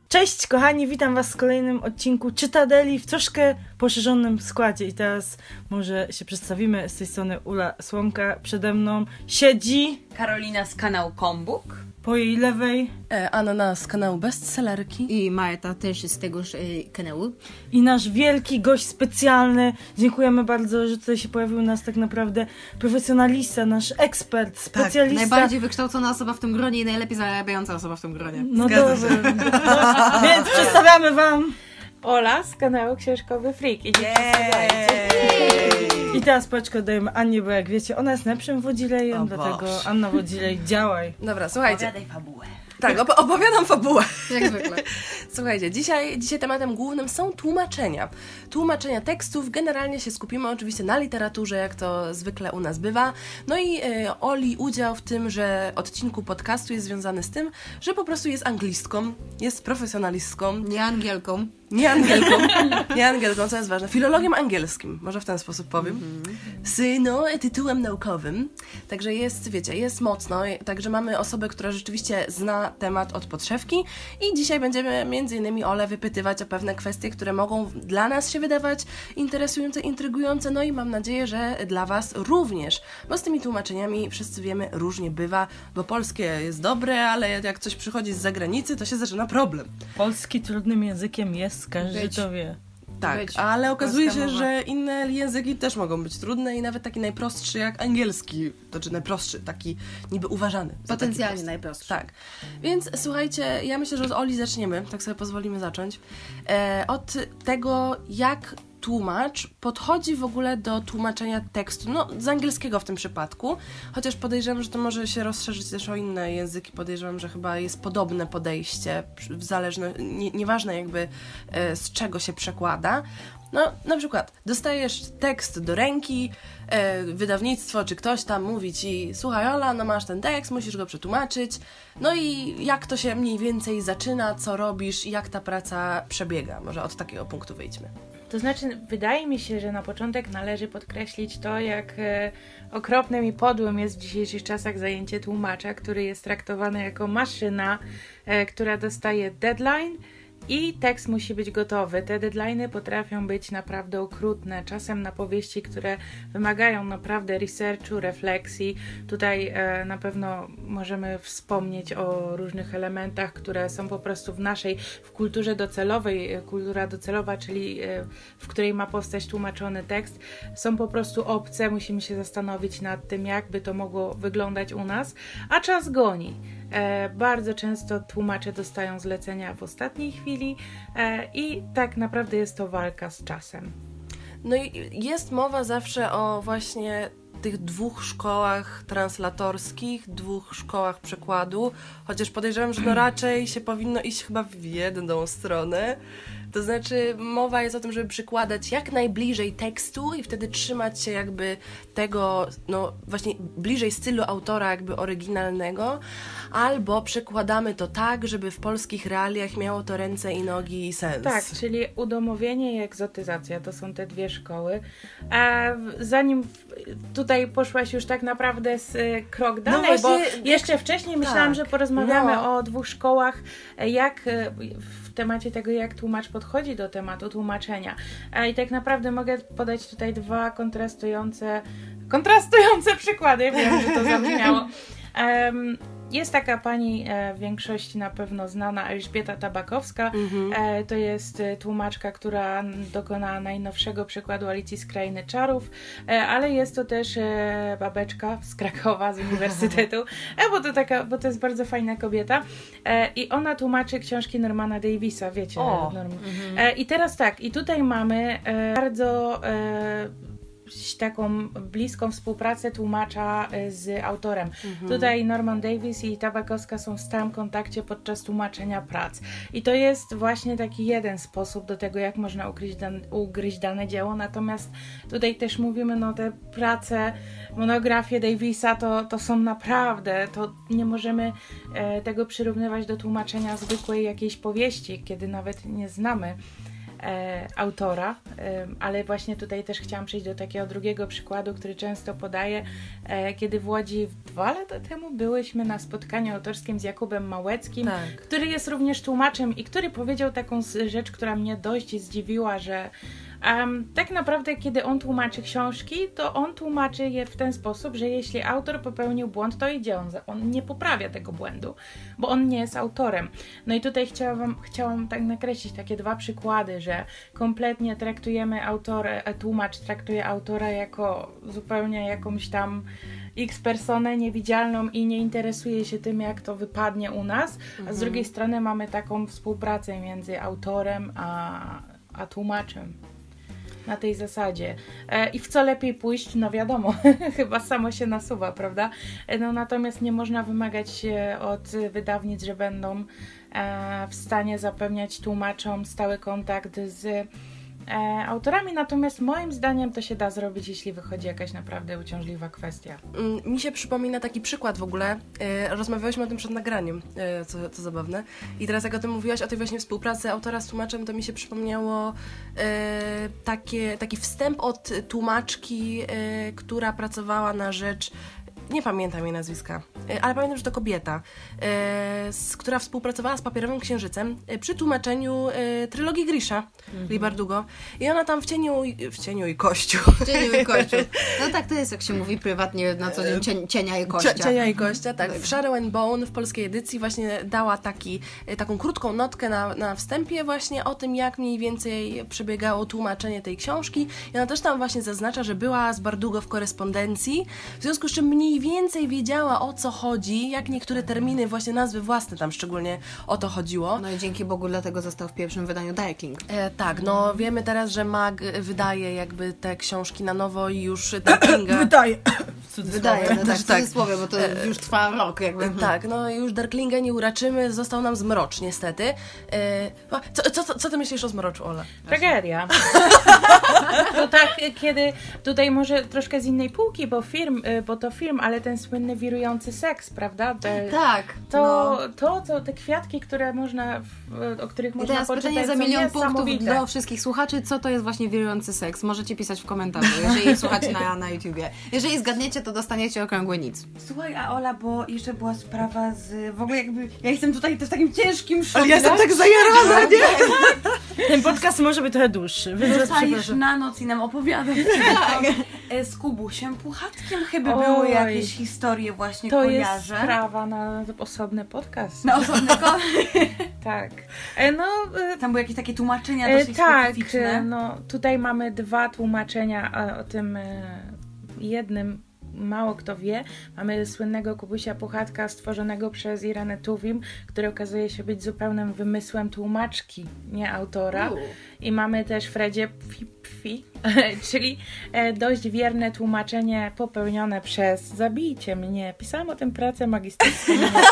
Cześć kochani, witam was w kolejnym odcinku Czytadeli w troszkę poszerzonym składzie i teraz może się przedstawimy. Z tej strony Ula Słomka, przede mną siedzi Karolina z kanału Kombuk. Po jej lewej Anna z kanału Bestsellerki I Marta też z tegoż kanału. i nasz wielki gość specjalny. Dziękujemy bardzo, że tutaj się pojawił nas tak naprawdę profesjonalista, nasz ekspert, specjalista. Tak, najbardziej wykształcona osoba w tym gronie i najlepiej zarabiająca osoba w tym gronie. No dobra, więc przedstawiamy wam Ola z kanału Książkowy Freak. i teraz paczkę dajemy Annie, bo jak wiecie, ona jest najlepszym wodzilejem, dlatego Anna Wodzilej, działaj. Dobra, słuchajcie. Opowiadaj fabułę. Tak, opowiadam fabułę. Jak zwykle. Słuchajcie, dzisiaj tematem głównym są tłumaczenia. Tłumaczenia tekstów. Generalnie się skupimy oczywiście na literaturze, jak to zwykle u nas bywa. No i Oli udział w tym, że odcinku podcastu jest związany z tym, że po prostu jest anglistką, jest profesjonalistką. Nie Angielką. Nie Angielką, co jest ważne. Filologiem angielskim, może w ten sposób powiem. Z tytułem naukowym. Także jest, wiecie, jest mocno. Także mamy osobę, która rzeczywiście zna temat od podszewki i dzisiaj będziemy między innymi Olę wypytywać o pewne kwestie, które mogą dla nas się wydawać interesujące, intrygujące, no i mam nadzieję, że dla was również. Bo z tymi tłumaczeniami wszyscy wiemy, różnie bywa, bo polskie jest dobre, ale jak coś przychodzi z zagranicy, to się zaczyna problem. Polski trudnym językiem jest, każdy to wie. Tak, ale okazuje się, że inne języki też mogą być trudne i nawet taki najprostszy jak angielski, to znaczy najprostszy, taki niby uważany. Potencjalnie najprostszy. Tak, więc słuchajcie, ja myślę, że z Oli zaczniemy, tak sobie pozwolimy zacząć, od tego, jak tłumacz podchodzi w ogóle do tłumaczenia tekstu, no z angielskiego w tym przypadku, chociaż podejrzewam, że to może się rozszerzyć też o inne języki, podejrzewam, że chyba jest podobne podejście, w zależności, nieważne jakby z czego się przekłada. No, na przykład dostajesz tekst do ręki, wydawnictwo czy ktoś tam mówi ci: słuchaj Ola, no masz ten tekst, musisz go przetłumaczyć, no i jak to się mniej więcej zaczyna, co robisz i jak ta praca przebiega, może od takiego punktu wyjdźmy. To znaczy, wydaje mi się, że na początek należy podkreślić to, jak okropnym i podłym jest w dzisiejszych czasach zajęcie tłumacza, który jest traktowany jako maszyna, która dostaje deadline i tekst musi być gotowy. Te deadline'y potrafią być naprawdę okrutne, czasem na powieści, które wymagają naprawdę researchu, refleksji. Tutaj na pewno możemy wspomnieć o różnych elementach, które są po prostu w kulturze docelowej. Kultura docelowa, czyli w której ma powstać tłumaczony tekst, są po prostu obce. Musimy się zastanowić nad tym, jakby to mogło wyglądać u nas, a czas goni. Bardzo często tłumacze dostają zlecenia w ostatniej chwili i tak naprawdę jest to walka z czasem. No i jest mowa zawsze o właśnie tych dwóch szkołach translatorskich, dwóch szkołach przekładu, chociaż podejrzewam, że no raczej się powinno iść chyba w jedną stronę. To znaczy mowa jest o tym, żeby przykładać jak najbliżej tekstu i wtedy trzymać się jakby tego, no właśnie bliżej stylu autora jakby oryginalnego, albo przekładamy to tak, żeby w polskich realiach miało to ręce i nogi i sens. Tak, czyli udomowienie i egzotyzacja to są te dwie szkoły. A zanim tutaj poszłaś już tak naprawdę z krok dalej, no właśnie, bo jeszcze wcześniej myślałam, że porozmawiamy o dwóch szkołach, jak w temacie tego, jak tłumacz podchodzi do tematu tłumaczenia. I tak naprawdę mogę podać tutaj dwa kontrastujące przykłady. Wiem, że to zabrzmiało. Jest taka pani w większości na pewno znana, Elżbieta Tabakowska. To jest tłumaczka, która dokonała najnowszego przykładu Alicji z Krainy Czarów, ale jest to też babeczka z Krakowa, z Uniwersytetu, bo to jest bardzo fajna kobieta. I ona tłumaczy książki Normana Davisa, wiecie. I teraz tak, i tutaj mamy bardzo taką bliską współpracę tłumacza z autorem. Tutaj Norman Davis i Tabakowska są w stałym kontakcie podczas tłumaczenia prac. I to jest właśnie taki jeden sposób do tego, jak można ugryźć dane dzieło. Natomiast tutaj też mówimy, no te prace, monografie Davisa to są naprawdę, to nie możemy tego przyrównywać do tłumaczenia zwykłej jakiejś powieści, kiedy nawet nie znamy autora, ale właśnie tutaj też chciałam przejść do takiego drugiego przykładu, który często podaję, kiedy w Łodzi 2 lata temu byłyśmy na spotkaniu autorskim z Jakubem Małeckim, który jest również tłumaczem i który powiedział taką rzecz, która mnie dość zdziwiła, że tak naprawdę, kiedy on tłumaczy książki, to on tłumaczy je w ten sposób, że jeśli autor popełnił błąd, to idzie on nie poprawia tego błędu, bo on nie jest autorem. No i tutaj chciałam tak nakreślić takie 2 przykłady, że kompletnie traktujemy tłumacz traktuje autora jako zupełnie jakąś tam X-personę niewidzialną i nie interesuje się tym, jak to wypadnie u nas, a z drugiej strony mamy taką współpracę między autorem a tłumaczem. Na tej zasadzie. I w co lepiej pójść? No wiadomo, chyba samo się nasuwa, prawda? No natomiast nie można wymagać od wydawnic, że będą w stanie zapewniać tłumaczom stały kontakt z autorami, natomiast moim zdaniem to się da zrobić, jeśli wychodzi jakaś naprawdę uciążliwa kwestia. Mi się przypomina taki przykład w ogóle. Rozmawiałyśmy o tym przed nagraniem, co zabawne. I teraz jak o tym mówiłaś, o tej właśnie współpracy autora z tłumaczem, to mi się przypomniało taki wstęp od tłumaczki, która pracowała na rzecz, nie pamiętam jej nazwiska, ale pamiętam, że to kobieta, która współpracowała z Papierowym Księżycem przy tłumaczeniu trylogii Grisha, Lee Bardugo. I ona tam w cieniu i kościu. W cieniu i kościu. No tak to jest, jak się mówi prywatnie na co dzień, cienia i kościa. Cienia i kościa, tak. W Shadow and Bone w polskiej edycji właśnie dała taką krótką notkę na wstępie właśnie o tym, jak mniej więcej przebiegało tłumaczenie tej książki. I ona też tam właśnie zaznacza, że była z Bardugo w korespondencji, w związku z czym mniej więcej wiedziała, o co chodzi, jak niektóre terminy, właśnie nazwy własne tam szczególnie o to chodziło. No i dzięki Bogu dlatego został w pierwszym wydaniu Darkling. Tak, no wiemy teraz, że Mag wydaje jakby te książki na nowo i już Darklinga... Wydaje, no tak, w cudzysłowie, bo to już trwa rok jakby. Tak, no już Darklinga nie uraczymy, został nam Zmrocz niestety. Co ty myślisz o Zmroczu, Ola? Tragedia. To tak, kiedy tutaj może troszkę z innej półki, bo to film, ale ten słynny wirujący seks, prawda? Te kwiatki, które o których można teraz poczytać, pytanie za milion punktów do wszystkich słuchaczy, co to jest właśnie wirujący seks? Możecie pisać w komentarzu, jeżeli słuchacie na YouTubie. Jeżeli zgadniecie, to dostaniecie okrągłe nic. Słuchaj, a Ola, bo jeszcze była sprawa w ogóle jakby, ja jestem tutaj też w takim ciężkim szoku. Ale ja jestem tak zajarana, nie? Ten podcast może być trochę dłuższy, więc zostajesz na noc i nam opowiadasz. Tak. Z Kubusiem Puchatkiem chyba były jakieś historie właśnie, to kojarzę. To jest sprawa na osobny podcast. Na osobny Tak. Tam były jakieś takie tłumaczenia dosyć specyficzne. Tak, no tutaj mamy 2 tłumaczenia o tym jednym. Mało kto wie, mamy słynnego Kubusia Puchatka stworzonego przez Irenę Tuwim, który okazuje się być zupełnym wymysłem tłumaczki, nie autora. I mamy też Fredzie Pfi, czyli dość wierne tłumaczenie popełnione przez zabijcie mnie. Pisałam o tym pracę magisterską.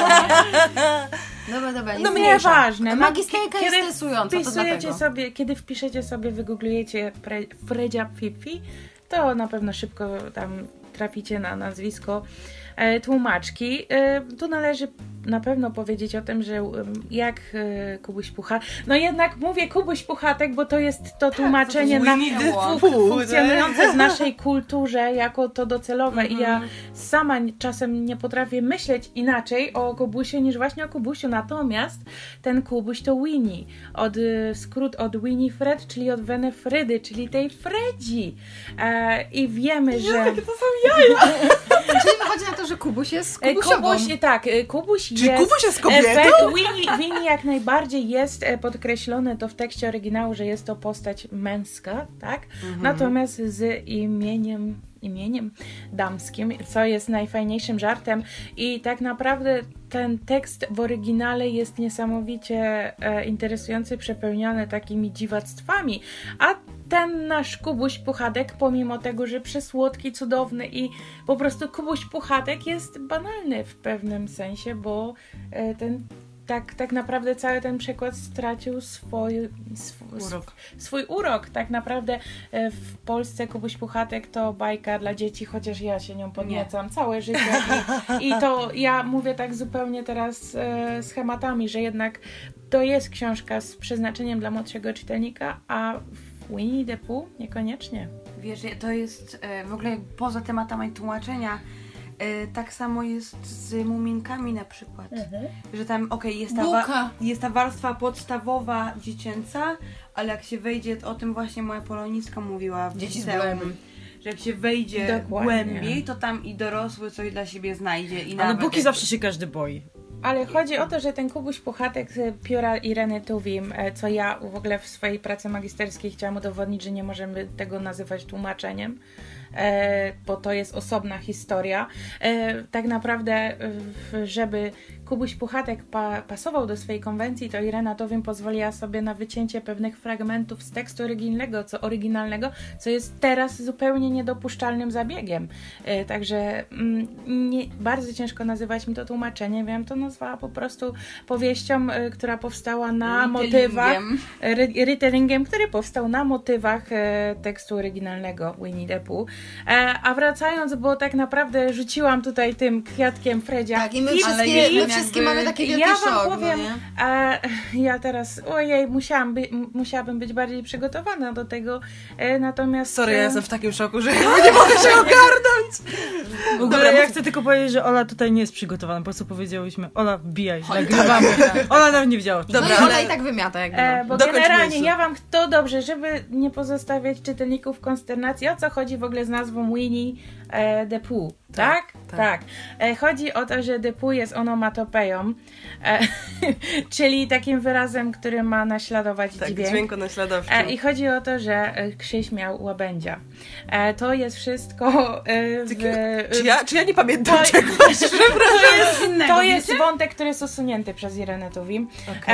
Dobra, no nieważne. Magisterka jest stresująca, to dlatego. Kiedy wpiszecie sobie, wygooglujecie Fredzia Pfi, to na pewno szybko tam traficie na nazwisko tłumaczki. Tu należy na pewno powiedzieć o tym, że jak Kubuś Puchatek, no jednak mówię Kubuś Puchatek, bo to jest to tłumaczenie funkcjonujące w naszej kulturze jako to docelowe i ja sama czasem nie potrafię myśleć inaczej o Kubusiu niż właśnie o Kubusiu, natomiast ten Kubuś to Winnie, skrót od Winifred, czyli od Wenefrydy, czyli tej Fredzi. I wiemy, że... to są jaja! Czyli wychodzi na to, że Kubuś jest Kubusiową. Kubuś Czyli jest... Kubuś jest kobietą? Winnie jak najbardziej jest podkreślone to w tekście oryginału, że jest to postać męska, tak? Natomiast z imieniem damskim, co jest najfajniejszym żartem i tak naprawdę ten tekst w oryginale jest niesamowicie interesujący, przepełniony takimi dziwactwami, a ten nasz Kubuś Puchatek, pomimo tego, że przesłodki, cudowny i po prostu Kubuś Puchatek jest banalny w pewnym sensie, bo ten tak naprawdę cały ten przekład stracił swój urok. Tak naprawdę w Polsce Kubuś Puchatek to bajka dla dzieci, chociaż ja się nią podniecam całe życie. I to ja mówię tak zupełnie teraz schematami, że jednak to jest książka z przeznaczeniem dla młodszego czytelnika, a w Winnie the Pooh niekoniecznie. Wiesz, to jest w ogóle poza tematami tłumaczenia, tak samo jest z Muminkami na przykład, że tam jest ta warstwa podstawowa dziecięca, ale jak się wejdzie, o tym właśnie moja polonistka mówiła w liceum, że jak się wejdzie głębiej, to tam i dorosły coś dla siebie znajdzie. Ale póki zawsze się każdy boi. Ale chodzi o to, że ten Kubuś Puchatek z pióra Ireny Tuwim, co ja w ogóle w swojej pracy magisterskiej chciałam udowodnić, że nie możemy tego nazywać tłumaczeniem, bo to jest osobna historia. Tak naprawdę, żeby Kubuś Puchatek pasował do swojej konwencji, to Irena Tuwim pozwoliła sobie na wycięcie pewnych fragmentów z tekstu oryginalnego, co jest teraz zupełnie niedopuszczalnym zabiegiem. Także bardzo ciężko nazywać mi to tłumaczeniem. Ja bym to nazwała po prostu powieścią, która powstała na motywach, retellingiem, który powstał na motywach tekstu oryginalnego Winnie the Pooh. A wracając, bo tak naprawdę rzuciłam tutaj tym kwiatkiem Fredzia. Tak, i my wszystkie mamy takie wielkie ja szok, wam powiem, ja teraz, musiałabym być bardziej przygotowana do tego, natomiast... Sorry, ja jestem w takim szoku, że nie mogę się ogarnąć. W ogóle ja chcę tylko powiedzieć, że Ola tutaj nie jest przygotowana, po prostu powiedziałyśmy, Ola, wbijaj, nagrywamy. Ola nawet nie wiedziała. Dobra, Ola i tak wymiata jakby. Bo generalnie ja wam, to dobrze, żeby nie pozostawiać czytelników w konsternacji, o co chodzi w ogóle z nazwą Winnie the Pooh, tak? Tak. Chodzi o to, że the Pooh jest onomatopeją, czyli takim wyrazem, który ma naśladować dźwięk. Dźwiękonaśladowczy. I chodzi o to, że Krzyś miał łabędzia. To jest wszystko Czy ja nie pamiętam tego? To jest wątek, który jest usunięty przez Irenę Tuwim.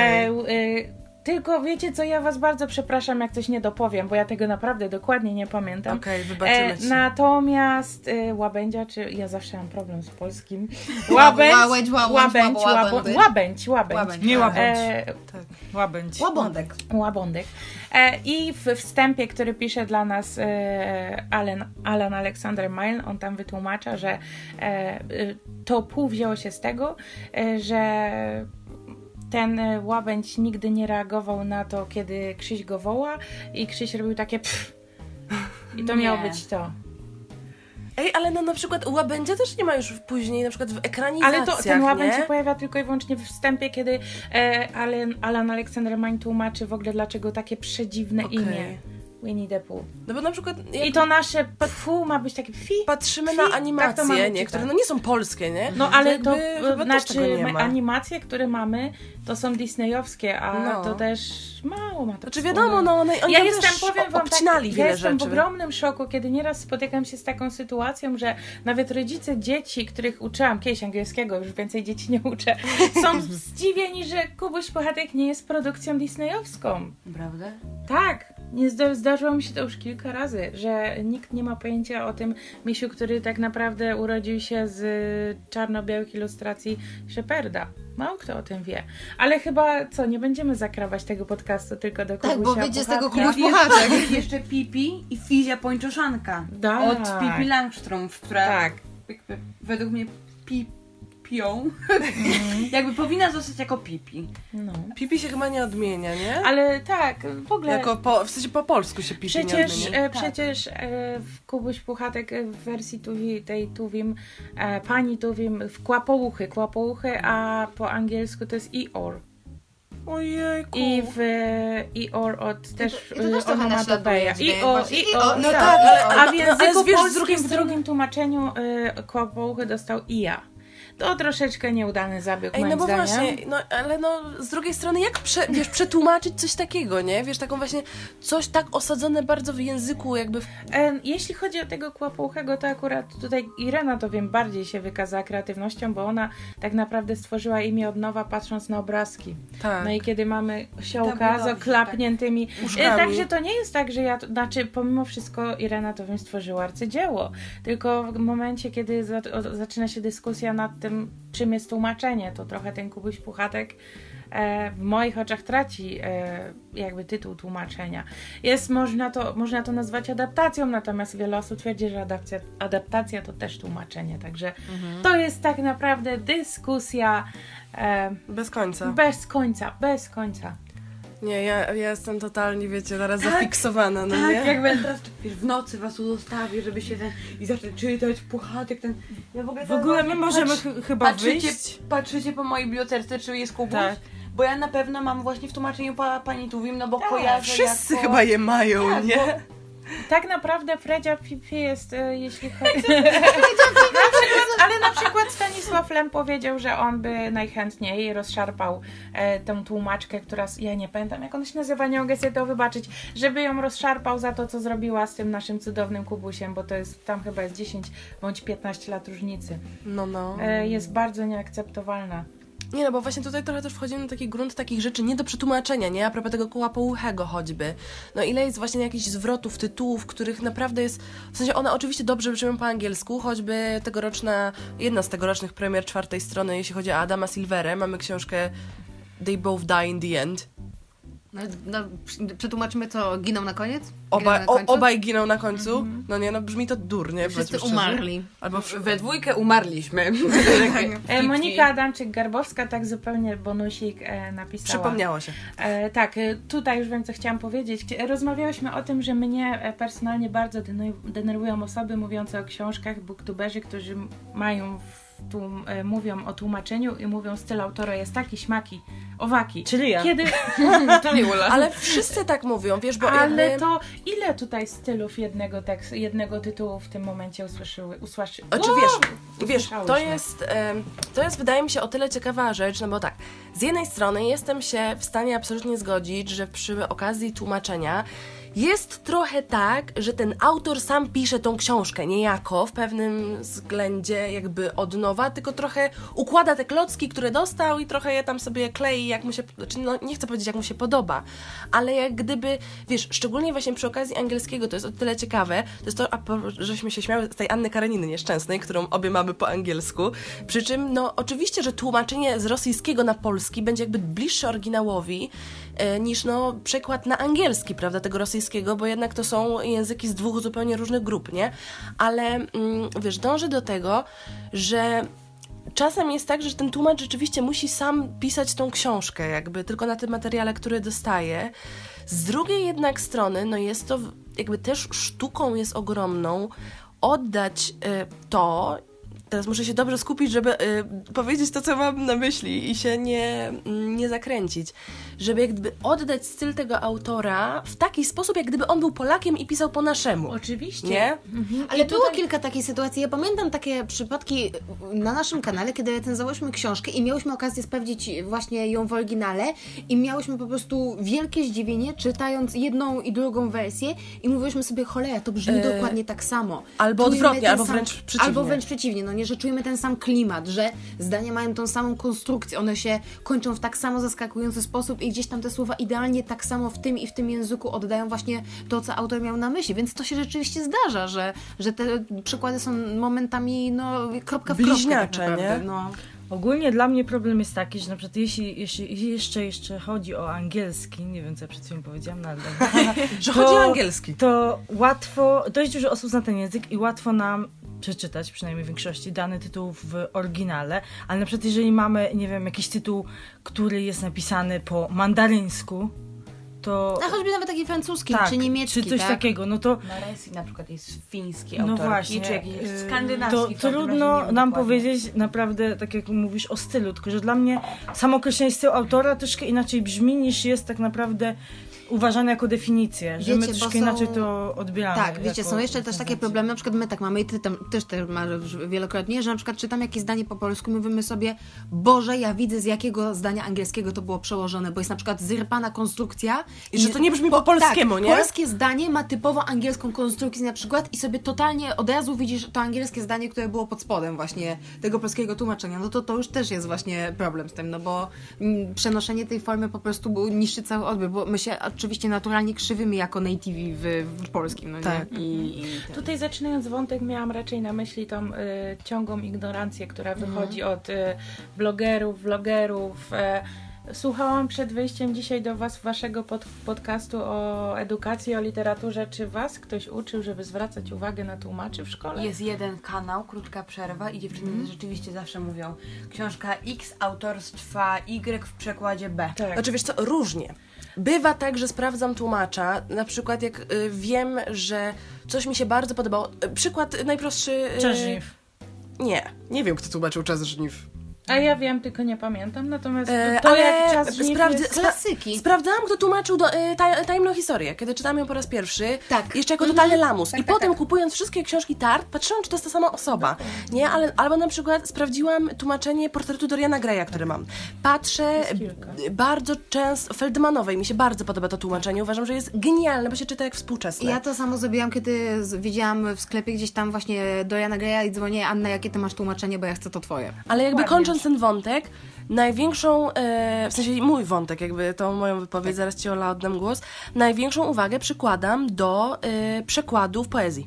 Tylko wiecie co, ja was bardzo przepraszam, jak coś nie dopowiem, bo ja tego naprawdę dokładnie nie pamiętam. Okej, wybaczymy ci. Natomiast łabędzia, czy ja zawsze mam problem z polskim. Łabędź. Nie łabędź. Łabędź. Łabądek. I w wstępie, który pisze dla nas Alan Alexander Milne, on tam wytłumacza, że to Pooh wzięło się z tego, że ten łabędź nigdy nie reagował na to, kiedy Krzyś go woła i Krzyś robił takie pff. I to miało być to. Ej, ale no na przykład łabędzia też nie ma już później, na przykład w ekranizacjach, ale ten łabędź się pojawia tylko i wyłącznie w wstępie, kiedy Alan Alexander Milne tłumaczy w ogóle, dlaczego takie przedziwne imię. Winnie the Pooh. No bo na przykład... I to nasze Pooh ma być takie patrzymy na animacje, niektóre no nie są polskie, nie? No ale to znaczy animacje, które mamy, to są disneyowskie, a to też mało ma to. Znaczy wiadomo, no oni ja powiem wam obcinali tak, wiele ja jestem rzeczy. w ogromnym szoku, kiedy nieraz spotykam się z taką sytuacją, że nawet rodzice dzieci, których uczyłam kiedyś angielskiego, już więcej dzieci nie uczę, są zdziwieni, że Kubuś Puchatek nie jest produkcją disneyowską. Prawda? Tak. Zdarzyło mi się to już kilka razy, że nikt nie ma pojęcia o tym misiu, który tak naprawdę urodził się z czarno-białych ilustracji Sheparda. Mało kto o tym wie. Ale chyba, nie będziemy zakrawać tego podcastu tylko do Kubusia. Tak, bo wyjdzie z tego Puchatka. Kubuś Puchatek. Jest jeszcze Pipi i Fizia Pończoszanka. Od Pipi Langström, która według mnie piją. Jakby powinna zostać jako Pipi. No. Pipi się chyba nie odmienia, nie? Ale tak, w ogóle... w sensie po polsku się Pipi nie odmienia. Przecież w Kubuś Puchatek w wersji tej Tuwim, pani Tuwim w kłapouchy, a po angielsku to jest Eeyore. Ojejku. I w Eeyore od też onomatopeja. No tak, a w języku polskim w drugim tłumaczeniu kłapouchy dostał Ija. To troszeczkę nieudany zabieg, moim zdaniem. Właśnie, ale z drugiej strony jak przetłumaczyć coś takiego, nie? Wiesz, taką właśnie coś tak osadzone bardzo w języku, jakby... Jeśli chodzi o tego kłapouchego, to akurat tutaj Irena, to wiem, bardziej się wykazała kreatywnością, bo ona tak naprawdę stworzyła imię od nowa, patrząc na obrazki. Tak. No i kiedy mamy osiołka z oklapniętymi... Także to nie jest tak, że pomimo wszystko Irena to wiem stworzyła arcydzieło. Tylko w momencie, kiedy zaczyna się dyskusja nad tym, czym jest tłumaczenie. To trochę ten Kubuś Puchatek w moich oczach traci jakby tytuł tłumaczenia. Można to nazwać adaptacją, natomiast wiele osób twierdzi, że adaptacja to też tłumaczenie, także to jest tak naprawdę dyskusja bez końca. Bez końca. Nie, ja jestem totalnie, wiecie, teraz zafiksowana, no nie? Jak będę teraz w nocy was zostawię, żeby się i zacznę czytać Puchatek, ten... Ja w ogóle my możemy chyba wyjść. Patrzycie po mojej bibliotece, czy jest Kubuś? Tak. Bo ja na pewno mam właśnie w tłumaczeniu pani Tuwim, no bo kojarzę Wszyscy jako... chyba je mają, tak, nie? Bo... Tak naprawdę Fredzia Pipi jest, jeśli chodzi... ale na przykład Stanisław Lem powiedział, że on by najchętniej rozszarpał tę tłumaczkę, która, ja nie pamiętam jak ona się nazywa, nie mogę sobie to wybaczyć, żeby ją rozszarpał za to, co zrobiła z tym naszym cudownym Kubusiem, bo to jest, tam chyba jest 10 bądź 15 lat różnicy. No. Jest bardzo nieakceptowalna. Nie, no bo właśnie tutaj trochę też wchodzimy na taki grunt takich rzeczy nie do przetłumaczenia, nie? A propos tego Koła Połuchego choćby. No ile jest właśnie jakichś zwrotów, tytułów, których naprawdę jest... W sensie one oczywiście dobrze brzmią po angielsku, choćby jedna z tegorocznych premier 4. strony, jeśli chodzi o Adama Silverę. Mamy książkę They Both Die in the End. No, przetłumaczymy co, giną na koniec? Obaj giną na końcu. No nie, no brzmi to durnie. Wszyscy umarli. Albo we dwójkę umarliśmy. Monika Adamczyk-Garbowska tak zupełnie bonusik napisała. Przypomniało się. Tak, tutaj już wiem, co chciałam powiedzieć. Rozmawiałyśmy o tym, że mnie personalnie bardzo denerwują osoby mówiące o książkach, booktuberzy, którzy mówią o tłumaczeniu i mówią styl autora jest taki, śmaki, owaki. Czyli ja. Czyli Ula. Ale wszyscy tak mówią, wiesz, bo ale jakby... to ile tutaj stylów jednego tytułu w tym momencie usłyszały? Wiesz, to jest wydaje mi się o tyle ciekawa rzecz, no bo tak, z jednej strony jestem się w stanie absolutnie zgodzić, że przy okazji tłumaczenia jest trochę tak, że ten autor sam pisze tą książkę niejako w pewnym względzie jakby od nowa, tylko trochę układa te klocki, które dostał i trochę je tam sobie klei jak mu się, nie chcę powiedzieć jak mu się podoba, ale jak gdyby, wiesz, szczególnie właśnie przy okazji angielskiego, to jest o tyle ciekawe, to jest to, żeśmy się śmiały z tej Anny Kareniny nieszczęsnej, którą obie mamy po angielsku, przy czym no oczywiście, że tłumaczenie z rosyjskiego na polski będzie jakby bliższe oryginałowi niż no przekład na angielski, prawda, tego rosyjskiego, bo jednak to są języki z dwóch zupełnie różnych grup, nie? Ale wiesz, dążę do tego, że czasem jest tak, że ten tłumacz rzeczywiście musi sam pisać tą książkę, jakby tylko na tym materiale, który dostaje. Z drugiej jednak strony, no jest to jakby też sztuką jest ogromną oddać to. Teraz muszę się dobrze skupić, żeby powiedzieć to, co mam na myśli i się nie zakręcić. Żeby jak gdyby oddać styl tego autora w taki sposób, jak gdyby on był Polakiem i pisał po naszemu. Oczywiście. Nie? Mhm. Ale było kilka takich sytuacji. Ja pamiętam takie przypadki na naszym kanale, kiedy recenzowałyśmy książkę i miałyśmy okazję sprawdzić właśnie ją w oryginale i miałyśmy po prostu wielkie zdziwienie, czytając jedną i drugą wersję i mówiłyśmy sobie, cholera, to brzmi dokładnie tak samo. Albo Czujemy odwrotnie, albo wręcz przeciwnie. Albo wręcz przeciwnie, no nie, że czujemy ten sam klimat, że zdania mają tą samą konstrukcję, one się kończą w tak samo zaskakujący sposób i gdzieś tam te słowa idealnie tak samo w tym języku oddają właśnie to, co autor miał na myśli, więc to się rzeczywiście zdarza, że te przykłady są momentami, no, kropka w kropkę. Bliźniacze, tak nie? No. Ogólnie dla mnie problem jest taki, że na przykład jeśli jeszcze chodzi o angielski, nie wiem co ja przed chwilą powiedziałam, no ale że chodzi o angielski. To łatwo, dość dużo osób zna ten język i łatwo nam przeczytać, przynajmniej w większości, dany tytuł w oryginale, ale na przykład jeżeli mamy, nie wiem, jakiś tytuł, który jest napisany po mandaryńsku, to... A choćby nawet taki francuski, tak, czy niemiecki, czy coś takiego, no to... Maresi na przykład jest fiński No autorki, właśnie, czy jakiś skandynawski. To trudno nam powiedzieć naprawdę, tak jak mówisz, o stylu, tylko że dla mnie samo określenie stylu autora troszkę inaczej brzmi, niż jest tak naprawdę uważane jako definicja, że my troszkę inaczej to odbieramy. Tak, wiecie, są jeszcze też takie problemy, na przykład my tak mamy i ty tam też masz wielokrotnie, że na przykład czytam jakieś zdanie po polsku i mówimy sobie, Boże, ja widzę z jakiego zdania angielskiego to było przełożone, bo jest na przykład zrypana konstrukcja. I że to nie brzmi po polskiemu, tak, nie? Polskie zdanie ma typowo angielską konstrukcję na przykład i sobie totalnie od razu widzisz to angielskie zdanie, które było pod spodem właśnie tego polskiego tłumaczenia. No to już też jest właśnie problem z tym, no bo przenoszenie tej formy po prostu niszczy cały odbiór, bo my się oczywiście naturalnie krzywymi jako native w polskim. No tak. Tutaj zaczynając wątek miałam raczej na myśli tą ciągłą ignorancję, która wychodzi od blogerów, vlogerów. Słuchałam przed wyjściem dzisiaj do was waszego podcastu o edukacji, o literaturze. Czy was ktoś uczył, żeby zwracać uwagę na tłumaczy w szkole? Jest jeden kanał, Krótka Przerwa i dziewczyny rzeczywiście zawsze mówią książka X autorstwa Y w przekładzie B. Tak. Znaczy wiesz co, różnie. Bywa tak, że sprawdzam tłumacza, na przykład jak wiem, że coś mi się bardzo podobało. Przykład najprostszy... Czas żniw. Nie wiem, kto tłumaczył Czas żniw. A ja wiem, tylko nie pamiętam, natomiast ale jak Czas żniw jest... Klasyki. Sprawdzałam, kto tłumaczył tajemną historię, kiedy czytałam ją po raz pierwszy. Tak. Jeszcze jako totalny lamus. Tak, I potem kupując wszystkie książki Tart, patrzyłam, czy to jest ta sama osoba. Nie, albo na przykład sprawdziłam tłumaczenie portretu Doriana Greya, który mam. Patrzę bardzo często, Feldmanowej, mi się bardzo podoba to tłumaczenie. Uważam, że jest genialne, bo się czyta jak współczesne. Ja to samo zrobiłam, kiedy widziałam w sklepie gdzieś tam właśnie Doriana Greya i dzwonię: Anna, jakie ty masz tłumaczenie, bo ja chcę to twoje. Ale jakby kończąc ten wątek, największą, w sensie mój wątek, jakby tą moją wypowiedź, zaraz ci Ola oddam głos, największą uwagę przykładam do przekładów poezji.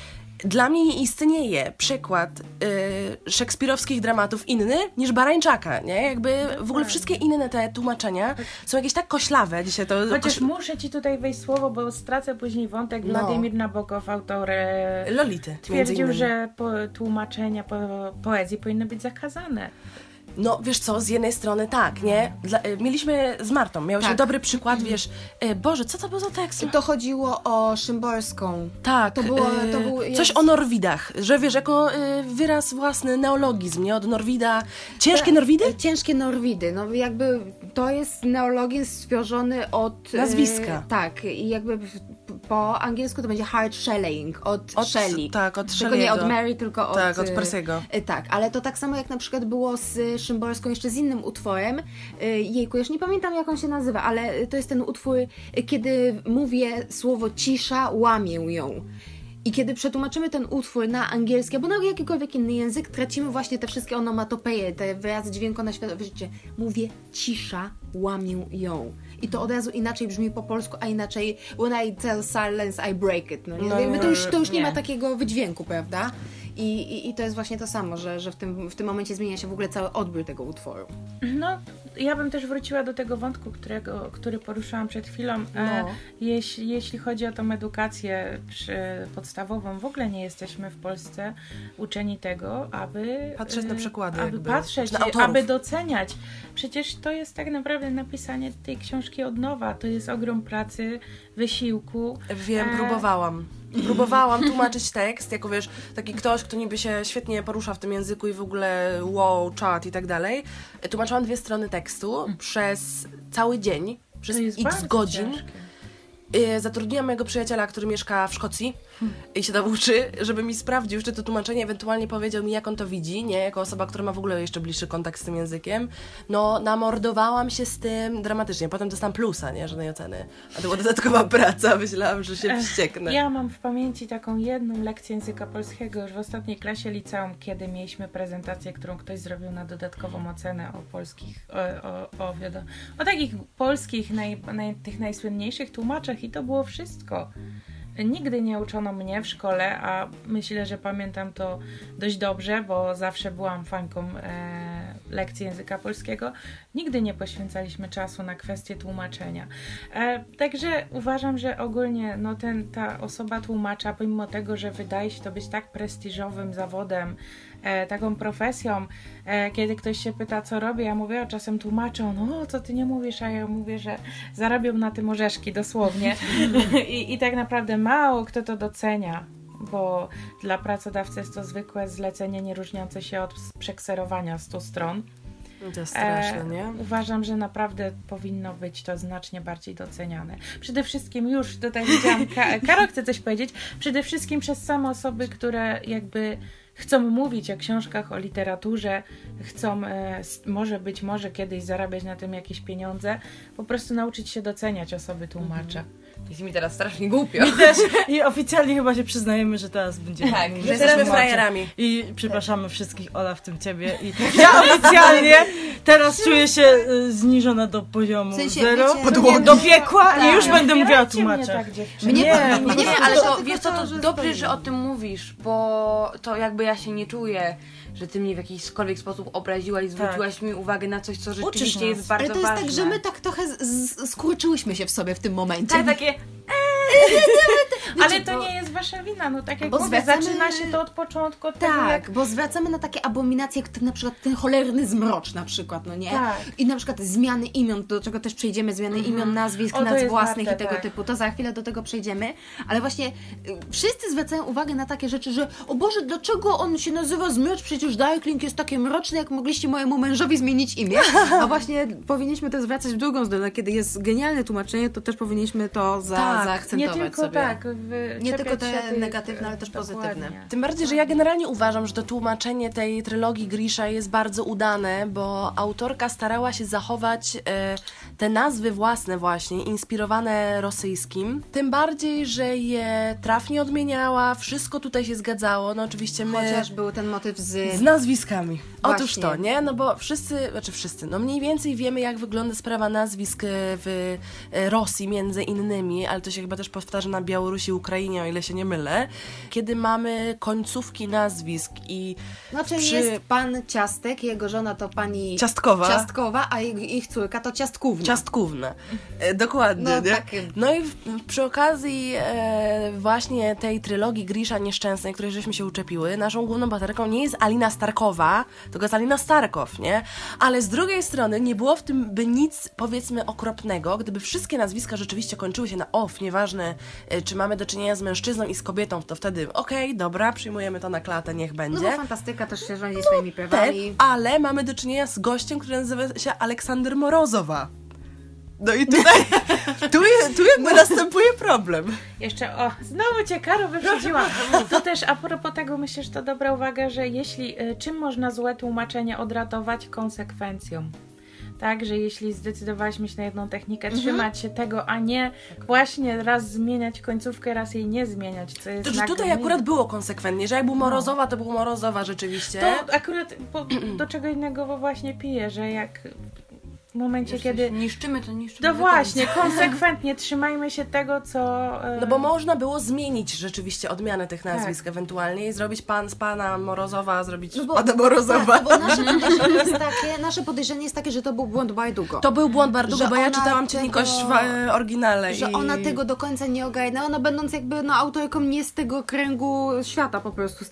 Dla mnie nie istnieje przekład szekspirowskich dramatów inny niż Barańczaka, nie? Jakby w ogóle wszystkie inne te tłumaczenia są jakieś tak koślawe. Dzisiaj to... Chociaż muszę ci tutaj wejść słowo, bo stracę później wątek. Władimir Nabokow, autor Lolity, twierdził, że tłumaczenia poezji powinny być zakazane. No, wiesz co, z jednej strony tak, nie? Mieliśmy z Martą, miałyśmy dobry przykład, wiesz, Boże, co to był za tekst? To chodziło o Szymborską. Tak, to był coś o Norwidach, że wiesz, jako wyraz własny neologizm, nie? Od Norwida. Ciężkie Norwidy? Ciężkie Norwidy, no jakby to jest neologizm stworzony od... nazwiska. Tak, i jakby po angielsku to będzie hard shelling, od Shelley. Tak, od Tylko nie od Mary, tylko od... Tak, od Persiego. Tak, ale to tak samo jak na przykład było z Szymborską, jeszcze z innym utworem. Jejku, już nie pamiętam, jak on się nazywa, ale to jest ten utwór, kiedy mówię słowo cisza, łamię ją. I kiedy przetłumaczymy ten utwór na angielski, albo na jakikolwiek inny język, tracimy właśnie te wszystkie onomatopeje, te wyrazy dźwiękonaświadowe. Wiecie, mówię cisza, łamię ją. I to od razu inaczej brzmi po polsku, a inaczej when I tell silence, I break it. No, nie? To już nie ma takiego wydźwięku, prawda? I to jest właśnie to samo, że w tym momencie zmienia się w ogóle cały odbiór tego utworu. No, ja bym też wróciła do tego wątku, który poruszyłam przed chwilą. Jeśli chodzi o tą edukację podstawową, w ogóle nie jesteśmy w Polsce uczeni tego, aby patrzeć na przykłady, aby doceniać. Przecież to jest tak naprawdę napisanie tej książki od nowa. To jest ogrom pracy, wysiłku. Wiem, Próbowałam tłumaczyć tekst, jako wiesz, taki ktoś, kto niby się świetnie porusza w tym języku i w ogóle wow, czat i tak dalej. Tłumaczyłam 2 strony tekstu przez cały dzień, przez x godzin. Ciężkie. Zatrudniłam mojego przyjaciela, który mieszka w Szkocji i się tam uczy, żeby mi sprawdził, czy to tłumaczenie ewentualnie powiedział mi, jak on to widzi, nie? Jako osoba, która ma w ogóle jeszcze bliższy kontakt z tym językiem. No, namordowałam się z tym dramatycznie. Potem dostałam plusa, nie? Żadnej oceny. A to była dodatkowa praca. Myślałam, że się wścieknę. Ja mam w pamięci taką jedną lekcję języka polskiego już w ostatniej klasie liceum, kiedy mieliśmy prezentację, którą ktoś zrobił na dodatkową ocenę o polskich, o takich polskich, tych najsłynniejszych tłumaczach i to było wszystko. Nigdy nie uczono mnie w szkole, a myślę, że pamiętam to dość dobrze, bo zawsze byłam fanką lekcji języka polskiego. Nigdy nie poświęcaliśmy czasu na kwestię tłumaczenia. Także uważam, że ogólnie ta osoba tłumacza, pomimo tego, że wydaje się to być tak prestiżowym zawodem, taką profesją, kiedy ktoś się pyta, co robię, ja mówię, a czasem tłumaczą, no co ty nie mówisz, a ja mówię, że zarabiam na tym orzeszki, dosłownie. I tak naprawdę mało kto to docenia, bo dla pracodawcy jest to zwykłe zlecenie, nie różniące się od przekserowania 100 stron. To jest straszne, nie? Uważam, że naprawdę powinno być to znacznie bardziej doceniane. Przede wszystkim, już tutaj widziałam, Karo chce coś powiedzieć, przede wszystkim przez same osoby, które jakby chcą mówić o książkach, o literaturze, chcą może kiedyś zarabiać na tym jakieś pieniądze, po prostu nauczyć się doceniać osoby tłumacza. Jest mi teraz strasznie głupio. I oficjalnie chyba się przyznajemy, że teraz będziemy Tak, mówić że o jesteśmy tłumaczeniu. frajerami. I przepraszamy wszystkich, Ola, w tym ciebie. I ja oficjalnie teraz czuję się zniżona do poziomu W sensie, 0, wiecie, do piekła i już nie będę mówiła o odbierajcie mnie tłumaczach. tak, dziewczyny. Nie, ale to Wiesz wiesz co, to to dobrze, dobrze, że że o tym mówisz, bo to jakby ja się nie czuję, że ty mnie w jakikolwiek sposób obraziłaś, zwróciłaś mi uwagę na coś, co rzeczywiście nas. jest bardzo Ale to jest ważne. tak, że my tak trochę skurczyłyśmy się w sobie w tym momencie. Tak, takie... Ale to nie jest wasza wina, no tak jak Bo mówię, zwracamy- zaczyna się to od początku, od tego Tak, jak... bo zwracamy na takie abominacje, jak na przykład ten cholerny zmrocz na przykład, no nie? Tak. I na przykład zmiany imion, do czego też przejdziemy, zmiany imion, nazwisk, O, to nazw jest własnych warte, i tego tak. typu, to za chwilę do tego przejdziemy, ale właśnie wszyscy zwracają uwagę na takie rzeczy, że o Boże, dlaczego on się nazywa Zmrocz, przecież Darkling jest takie mroczne, jak mogliście mojemu mężowi zmienić imię, a właśnie powinniśmy to zwracać w drugą stronę, kiedy jest genialne tłumaczenie, to też powinniśmy to zaakcentować nie tylko sobie. tak. Nie tylko czepiać się te tych- negatywne, ale też pozytywne. dokładnie. Tym bardziej, że ja generalnie uważam, że to tłumaczenie tej trylogii Grisha jest bardzo udane, bo autorka starała się zachować te nazwy własne właśnie, inspirowane rosyjskim. Tym bardziej, że je trafnie odmieniała, wszystko tutaj się zgadzało. No oczywiście my... Chociaż był ten motyw Z nazwiskami. Otóż Właśnie. to, nie? No bo wszyscy, no mniej więcej wiemy, jak wygląda sprawa nazwisk w Rosji między innymi, ale to się chyba też powtarza na Białorusi, Ukrainie, o ile się nie mylę. Kiedy mamy końcówki nazwisk i Znaczy jest pan Ciastek, jego żona to pani Ciastkowa, a ich córka to Ciastkówna. Ciastkówne. Dokładnie, No, nie? tak. No i przy okazji właśnie tej trylogii Grisha Nieszczęsnej, której żeśmy się uczepiły, naszą główną bohaterką nie jest Alina Starkowa, tylko jest Alina Starkow, nie? Ale z drugiej strony nie było w tym by nic, powiedzmy, okropnego, gdyby wszystkie nazwiska rzeczywiście kończyły się na off, nieważne czy mamy do czynienia z mężczyzną i z kobietą, to wtedy okej, dobra, przyjmujemy to na klatę, niech No będzie. bo fantastyka też się rządzi swoimi prawami. Ale mamy do czynienia z gościem, który nazywa się Aleksander Morozowa. No i tutaj, tu jakby następuje problem. Jeszcze, znowu cię Karo wyprzedziła. To też a propos tego myślę, że to dobra uwaga, że czym można złe tłumaczenie odratować? Konsekwencją. Tak, że jeśli zdecydowaliśmy się na jedną technikę, trzymać się tego, a nie właśnie raz zmieniać końcówkę, raz jej nie zmieniać, co jest To, że tutaj akurat było konsekwentnie, że jak był Morozowa, to był Morozowa rzeczywiście. To akurat do czego innego właśnie piję, że jak w momencie, kiedy... Niszczymy to. No właśnie, konsekwentnie trzymajmy się tego, co... No bo można było zmienić rzeczywiście odmianę tych nazwisk ewentualnie i zrobić z pana Morozowa, zrobić pana Morozowa. Tak, bo nasze podejrzenie jest takie, że to był błąd Bardugo. To był błąd Bardugo, Że bo ja ona czytałam Cienikość w oryginale. Że ona tego do końca nie ogarnęła, no będąc jakby autorką nie z tego kręgu świata po prostu,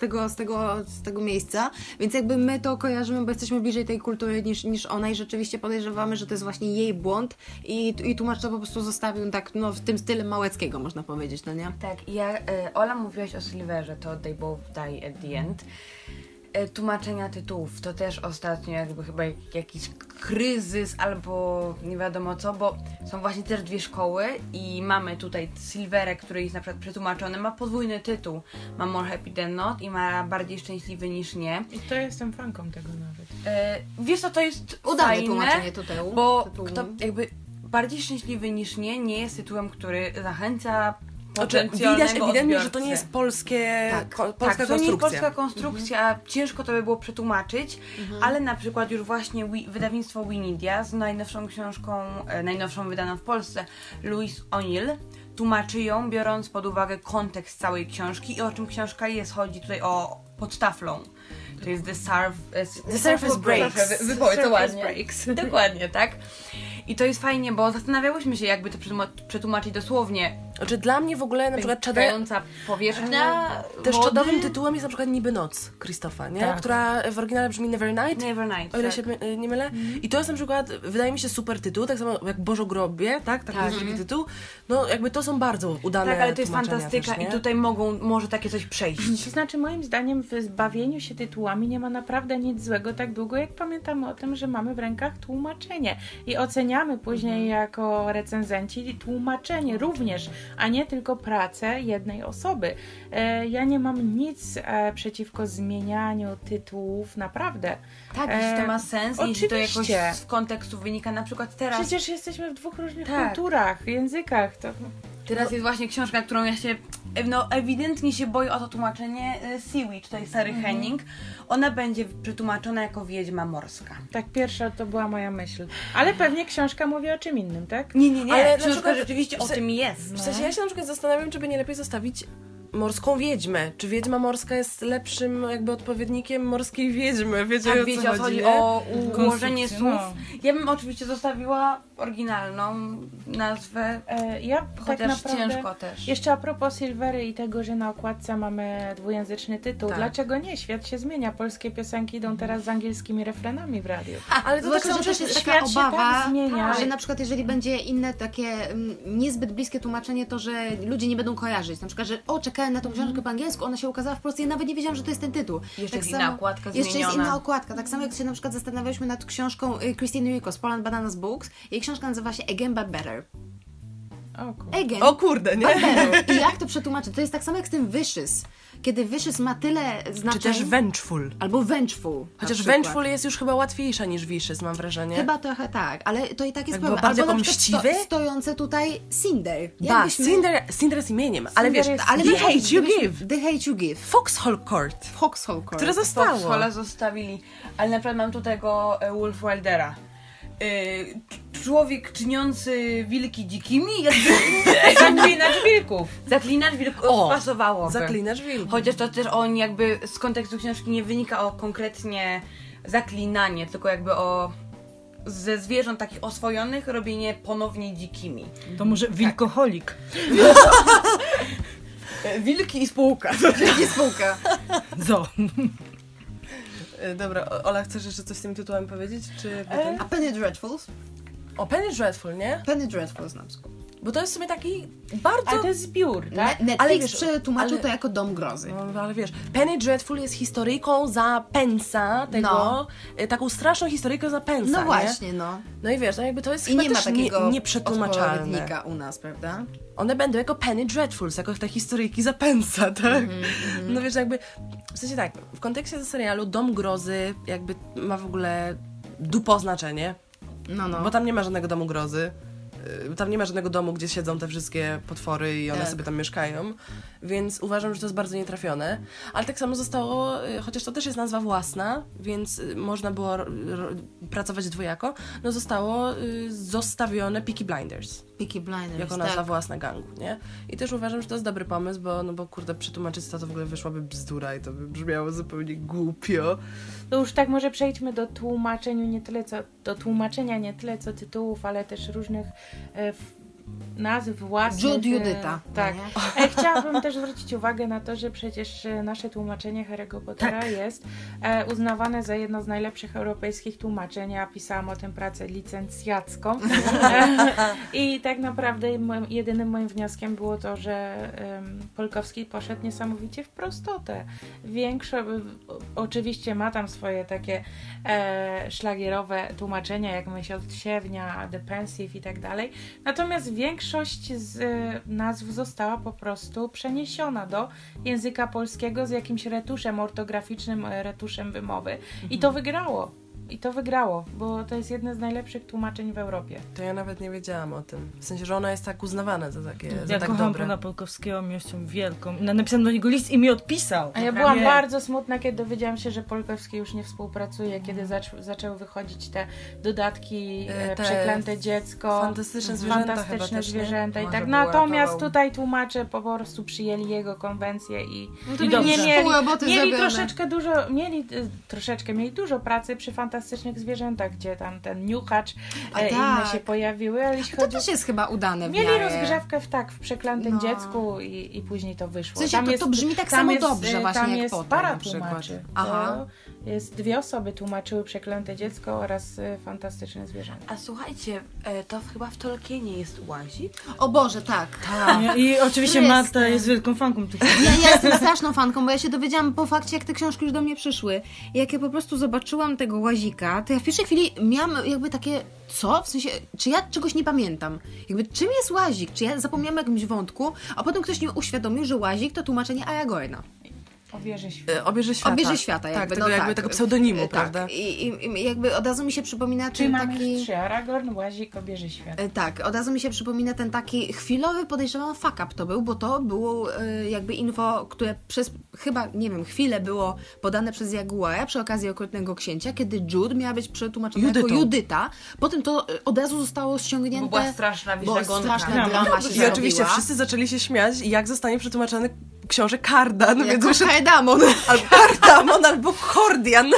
z tego miejsca, więc jakby my to kojarzymy, bo jesteśmy bliżej tej kultury niż ona i rzeczywiście podejrzewamy, że to jest właśnie jej błąd i tłumacz to po prostu zostawił tak, w tym stylem Małeckiego, można powiedzieć, no nie? Tak, Ola mówiłaś o Silverze, to They Both Die at the End. Tłumaczenia tytułów, to też ostatnio jakby chyba jakiś kryzys albo nie wiadomo co, bo są właśnie też dwie szkoły i mamy tutaj Silverę, który jest na przykład przetłumaczony, ma podwójny tytuł, ma More Happy Than Not i ma Bardziej Szczęśliwy niż Nie. I to jestem fanką tego nawet. Wiesz co, to jest Udane fajne, tłumaczenie tytułu. bo kto jakby Bardziej Szczęśliwy niż Nie jest tytułem, który zachęca Widać ewidentnie, że to nie jest polskie, polska to nie jest konstrukcja. polska konstrukcja, ciężko to by było przetłumaczyć, ale na przykład już właśnie wydawnictwo Winidia z najnowszą książką, najnowszą wydaną w Polsce, Louise O'Neill, tłumaczy ją, biorąc pod uwagę kontekst całej książki i o czym książka jest. Chodzi tutaj o pod taflą. To jest The Surface Breaks. Wypowiedz to ładnie. Dokładnie, tak? I to jest fajnie, bo zastanawiałyśmy się, jakby to przetłumaczyć dosłownie. Znaczy dla mnie w ogóle na przykład Pękająca powierzchnia też wody. czadowym tytułem jest na przykład Niby Noc Krzysztofa, nie? Tak. Która w oryginale brzmi Never Night. Never Night, O ile tak. się nie mylę. I to jest na przykład, wydaje mi się, super tytuł, tak samo jak Bożogrobie, tak? Taki jest drugi tytuł. No jakby to są bardzo udane Tak, ale to jest tłumaczenia fantastyka też, nie? i tutaj może takie coś przejść. To znaczy moim zdaniem w bawieniu się tytułami nie ma naprawdę nic złego tak długo, jak pamiętamy o tym, że mamy w rękach tłumaczenie i oceniamy później jako recenzenci tłumaczenie również, a nie tylko pracę jednej osoby. Ja nie mam nic przeciwko zmienianiu tytułów, naprawdę. Tak, jeśli to ma sens, jeśli to jakoś oczywiście. z kontekstu wynika, na przykład teraz. Przecież jesteśmy w dwóch różnych Tak. kulturach, językach. To Teraz jest właśnie książka, którą ja się ewidentnie się boję o to tłumaczenie. Sea Witch, to jest Sary Henning. Ona będzie przetłumaczona jako wiedźma morska. Tak, pierwsza to była moja myśl. Ale pewnie książka mówi o czym innym, tak? Nie. Ale na Książka przykład rzeczywiście o tym jest. W sensie ja się na przykład zastanawiam, czy by nie lepiej zostawić morską wiedźmę. Czy wiedźma morska jest lepszym jakby odpowiednikiem morskiej wiedźmy? Wiecie, Tak, o wiecie, co chodzi, chodzi nie? o ułożenie Konstrukcję, słów. Ja bym oczywiście zostawiła oryginalną nazwę, Ja tak chociaż naprawdę... ciężko też. Jeszcze a propos Silvery i tego, że na okładce mamy dwujęzyczny tytuł. Tak. Dlaczego nie? Świat się zmienia. Polskie piosenki idą teraz z angielskimi refrenami w radiu. Ale to Zwłaszcza, tak, że też jest taka świat się tak obawa, zmienia. że na przykład jeżeli będzie inne takie niezbyt bliskie tłumaczenie, to że ludzie nie będą kojarzyć. Na przykład, że czekałem na tą książkę po angielsku, ona się ukazała w Polsce i nawet nie wiedziałam, że to jest ten tytuł. Jeszcze Tak jest inna okładka Jeszcze jest zmieniona. inna okładka. Tak samo jak się na przykład zastanawialiśmy nad książką Christine Rico z Poland Bananas Books. Jej książka nazywa się Again But Better. O kurde. Again o kurde, nie? But Better. I jak to przetłumaczyć? To jest tak samo jak z tym Vicious. Kiedy Vicious ma tyle znaczeń... Czy też vengeful. Albo Vengeful. Chociaż vengeful jest już chyba łatwiejsza niż vicious, mam wrażenie. Chyba trochę tak, ale to i tak jest Jakby problem. bardziej Albo na jako przykład mściwy? stojące tutaj Cinder. Da, Cinder jest imieniem, ale wiesz, jest- the hate you give. The hate you give. Foxhole Court, Foxhole Court. które zostało. Foxhola zostawili, ale na przykład mam tu tego Wolf Wildera. Człowiek czyniący wilki dzikimi, Zaklinacz wilków. zaklinacz wilków O, pasowałoby. Zaklinacz wilki. Chociaż to też on jakby z kontekstu książki nie wynika o konkretnie zaklinanie, tylko jakby o ze zwierząt takich oswojonych robienie ponownie dzikimi. To może wilkoholik. Wilki i spółka. Nie spółka. Zo. Dobra, Ola, chcesz jeszcze coś z tym tytułem powiedzieć? Czy jakby ten... A Penny Dreadfuls? O, Penny Dreadful, nie? Penny Dreadfuls na przykład. Bo to jest sobie taki bardzo... Ale to jest zbiór, tak? Netflix Ale wiesz, przetłumaczył ale- to jako Dom Grozy. No, ale wiesz, Penny Dreadful jest historyjką za Pensa, tego, taką straszną historyjką za Pensa, No nie? właśnie, no. No i wiesz, no jakby to jest I chyba nie ma też takiego nieprzetłumaczalne. odpowiednika u nas, prawda? One będą jako Penny Dreadfuls, jako te historyjki za Pensa, tak? No wiesz, jakby, w sensie tak, w kontekście serialu Dom Grozy jakby ma w ogóle dupo znaczenie, No. bo tam nie ma żadnego domu grozy. Tam nie ma żadnego domu, gdzie siedzą te wszystkie potwory i one Tak. sobie tam mieszkają, więc uważam, że to jest bardzo nietrafione. Ale tak samo zostało, chociaż to też jest nazwa własna, więc można było pracować dwojako, no zostało zostawione Peaky Blinders Peaky Blinders, jako nazwa własna gangu, nie? I też uważam, że to jest dobry pomysł, bo kurde, przetłumaczyć to w ogóle wyszłaby bzdura i to by brzmiało zupełnie głupio. To już tak może przejdźmy do tłumaczenia nie tyle co tytułów, ale też różnych nazw własnych. Judyta. Tak. No nie? Chciałabym też zwrócić uwagę na to, że przecież nasze tłumaczenie Harry'ego Pottera jest uznawane za jedno z najlepszych europejskich tłumaczeń. Ja pisałam o tym pracę licencjacką. I tak naprawdę jedynym moim wnioskiem było to, że Polkowski poszedł niesamowicie w prostotę. Oczywiście ma tam swoje takie szlagierowe tłumaczenia, jak Myśl od Siewnia, The Pensive i tak dalej. Natomiast większość z nazw została po prostu przeniesiona do języka polskiego z jakimś retuszem ortograficznym, retuszem wymowy. I to wygrało. Bo to jest jedno z najlepszych tłumaczeń w Europie. To ja nawet nie wiedziałam o tym. W sensie, że ona jest tak uznawana za takie, za Ja tak kocham dobre. pana Polkowskiego, miłością wielką. Napisałam do niego list i mi odpisał. A ja byłam bardzo smutna, kiedy dowiedziałam się, że Polkowski już nie współpracuje, kiedy zaczęły wychodzić te dodatki Te Przeklęte dziecko, fantastyczne zwierzęta chyba Fantastyczne też, nie? zwierzęta i Może tak. było Natomiast ratował. tutaj tłumacze po prostu przyjęli jego konwencję i to i mieli nie pół roboty mieli zrobione. mieli dużo pracy przy fantastycznych zwierzętach, gdzie tam ten niuchacz A inne tak. się pojawiły, ale jeśli To chodzi też jest chyba udane w mieli miarę. rozgrzewkę w Przeklętym No. dziecku i później to wyszło. W sensie to brzmi tak tam samo jest, dobrze właśnie tam jak jest Potter para na przykład. tłumaczy. Aha. To jest 2 osoby tłumaczyły Przeklęte dziecko oraz Fantastyczne zwierzęta. A słuchajcie, to chyba w Tolkienie jest łazik? O Boże, tak. I oczywiście Jestem. Marta jest wielką fanką tych. Ja jestem straszną fanką, bo ja się dowiedziałam po fakcie, jak te książki już do mnie przyszły. I jak ja po prostu zobaczyłam tego łazika, to ja w pierwszej chwili miałam jakby takie, co? W sensie, czy ja czegoś nie pamiętam? Jakby czym jest łazik? Czy ja zapomniałam o jakimś wątku? A potem ktoś mi uświadomił, że łazik to tłumaczenie Aragorna. Obieży świata. Obieży świata, jakby. Tak, tego pseudonimu, prawda? I jakby od razu mi się przypomina Czyli ten mamy taki... już 3, Aragorn, Łazik, Obieży świata. Tak, od razu mi się przypomina ten taki chwilowy, podejrzewam, fuck up to był, bo to było jakby info, które przez chyba, nie wiem, chwilę było podane przez Jaguara przy okazji Okrutnego Księcia, kiedy Jude miała być przetłumaczona jako Judyta. Potem to od razu zostało ściągnięte... Bo była straszna wizegonka. Straszna drama się I oczywiście wszyscy zaczęli się śmiać, jak zostanie przetłumaczony książę Kardan. Jako Kardamon. Albo Kardamon, albo Kordian.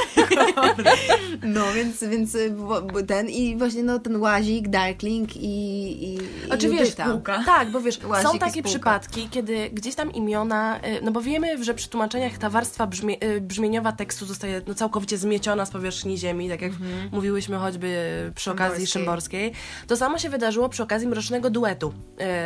No, więc ten i właśnie ten Łazik, Darkling i Znaczy wiesz, tak, bo wiesz, Łazik są takie przypadki, kiedy gdzieś tam imiona, no bo wiemy, że przy tłumaczeniach ta warstwa brzmieniowa tekstu zostaje całkowicie zmieciona z powierzchni ziemi, tak jak mówiłyśmy choćby przy okazji Szymborskiej. To samo się wydarzyło przy okazji Mrocznego Duetu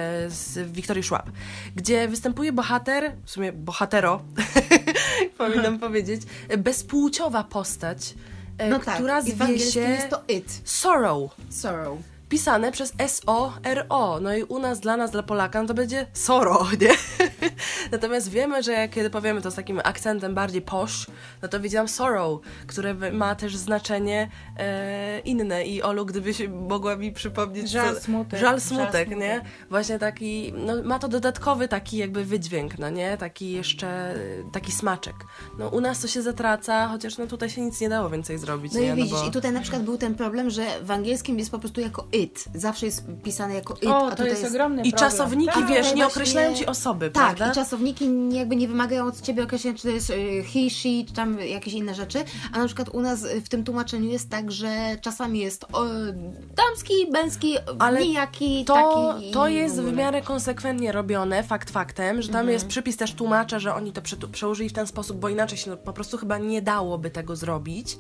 z Wiktorii Schwab, gdzie występuje bohater, w sumie bohatero, powinnam powiedzieć, bezpłciowa postać, która zwie się... jest to It. Sorrow. Pisane przez S-O-R-O. No i u nas, dla Polaka, no to będzie Soro, nie? Natomiast wiemy, że kiedy powiemy to z takim akcentem bardziej posh, no to widziałam sorrow, które ma też znaczenie inne. I Olu, gdybyś mogła mi przypomnieć... Żal, smutek, nie? Właśnie taki, no ma to dodatkowy taki jakby wydźwięk, no nie? Taki jeszcze, taki smaczek. No u nas to się zatraca, chociaż no tutaj się nic nie dało więcej zrobić, no nie? I widzisz, no bo... i tutaj na przykład był ten problem, że w angielskim jest po prostu jako it. Zawsze jest pisane jako it. O, to jest ogromny I problem. czasowniki, wiesz, nie określają ci osoby, tak, prawda? Tak, i czasowniki jakby nie wymagają od ciebie określenia, czy to jest he, she, czy tam jakieś inne rzeczy, a na przykład u nas w tym tłumaczeniu jest tak, że czasami jest damski, męski, nijaki, taki... To jest w miarę konsekwentnie robione, faktem, że tam jest przypis też tłumacza, że oni to przełożyli w ten sposób, bo inaczej się po prostu chyba nie dałoby tego zrobić.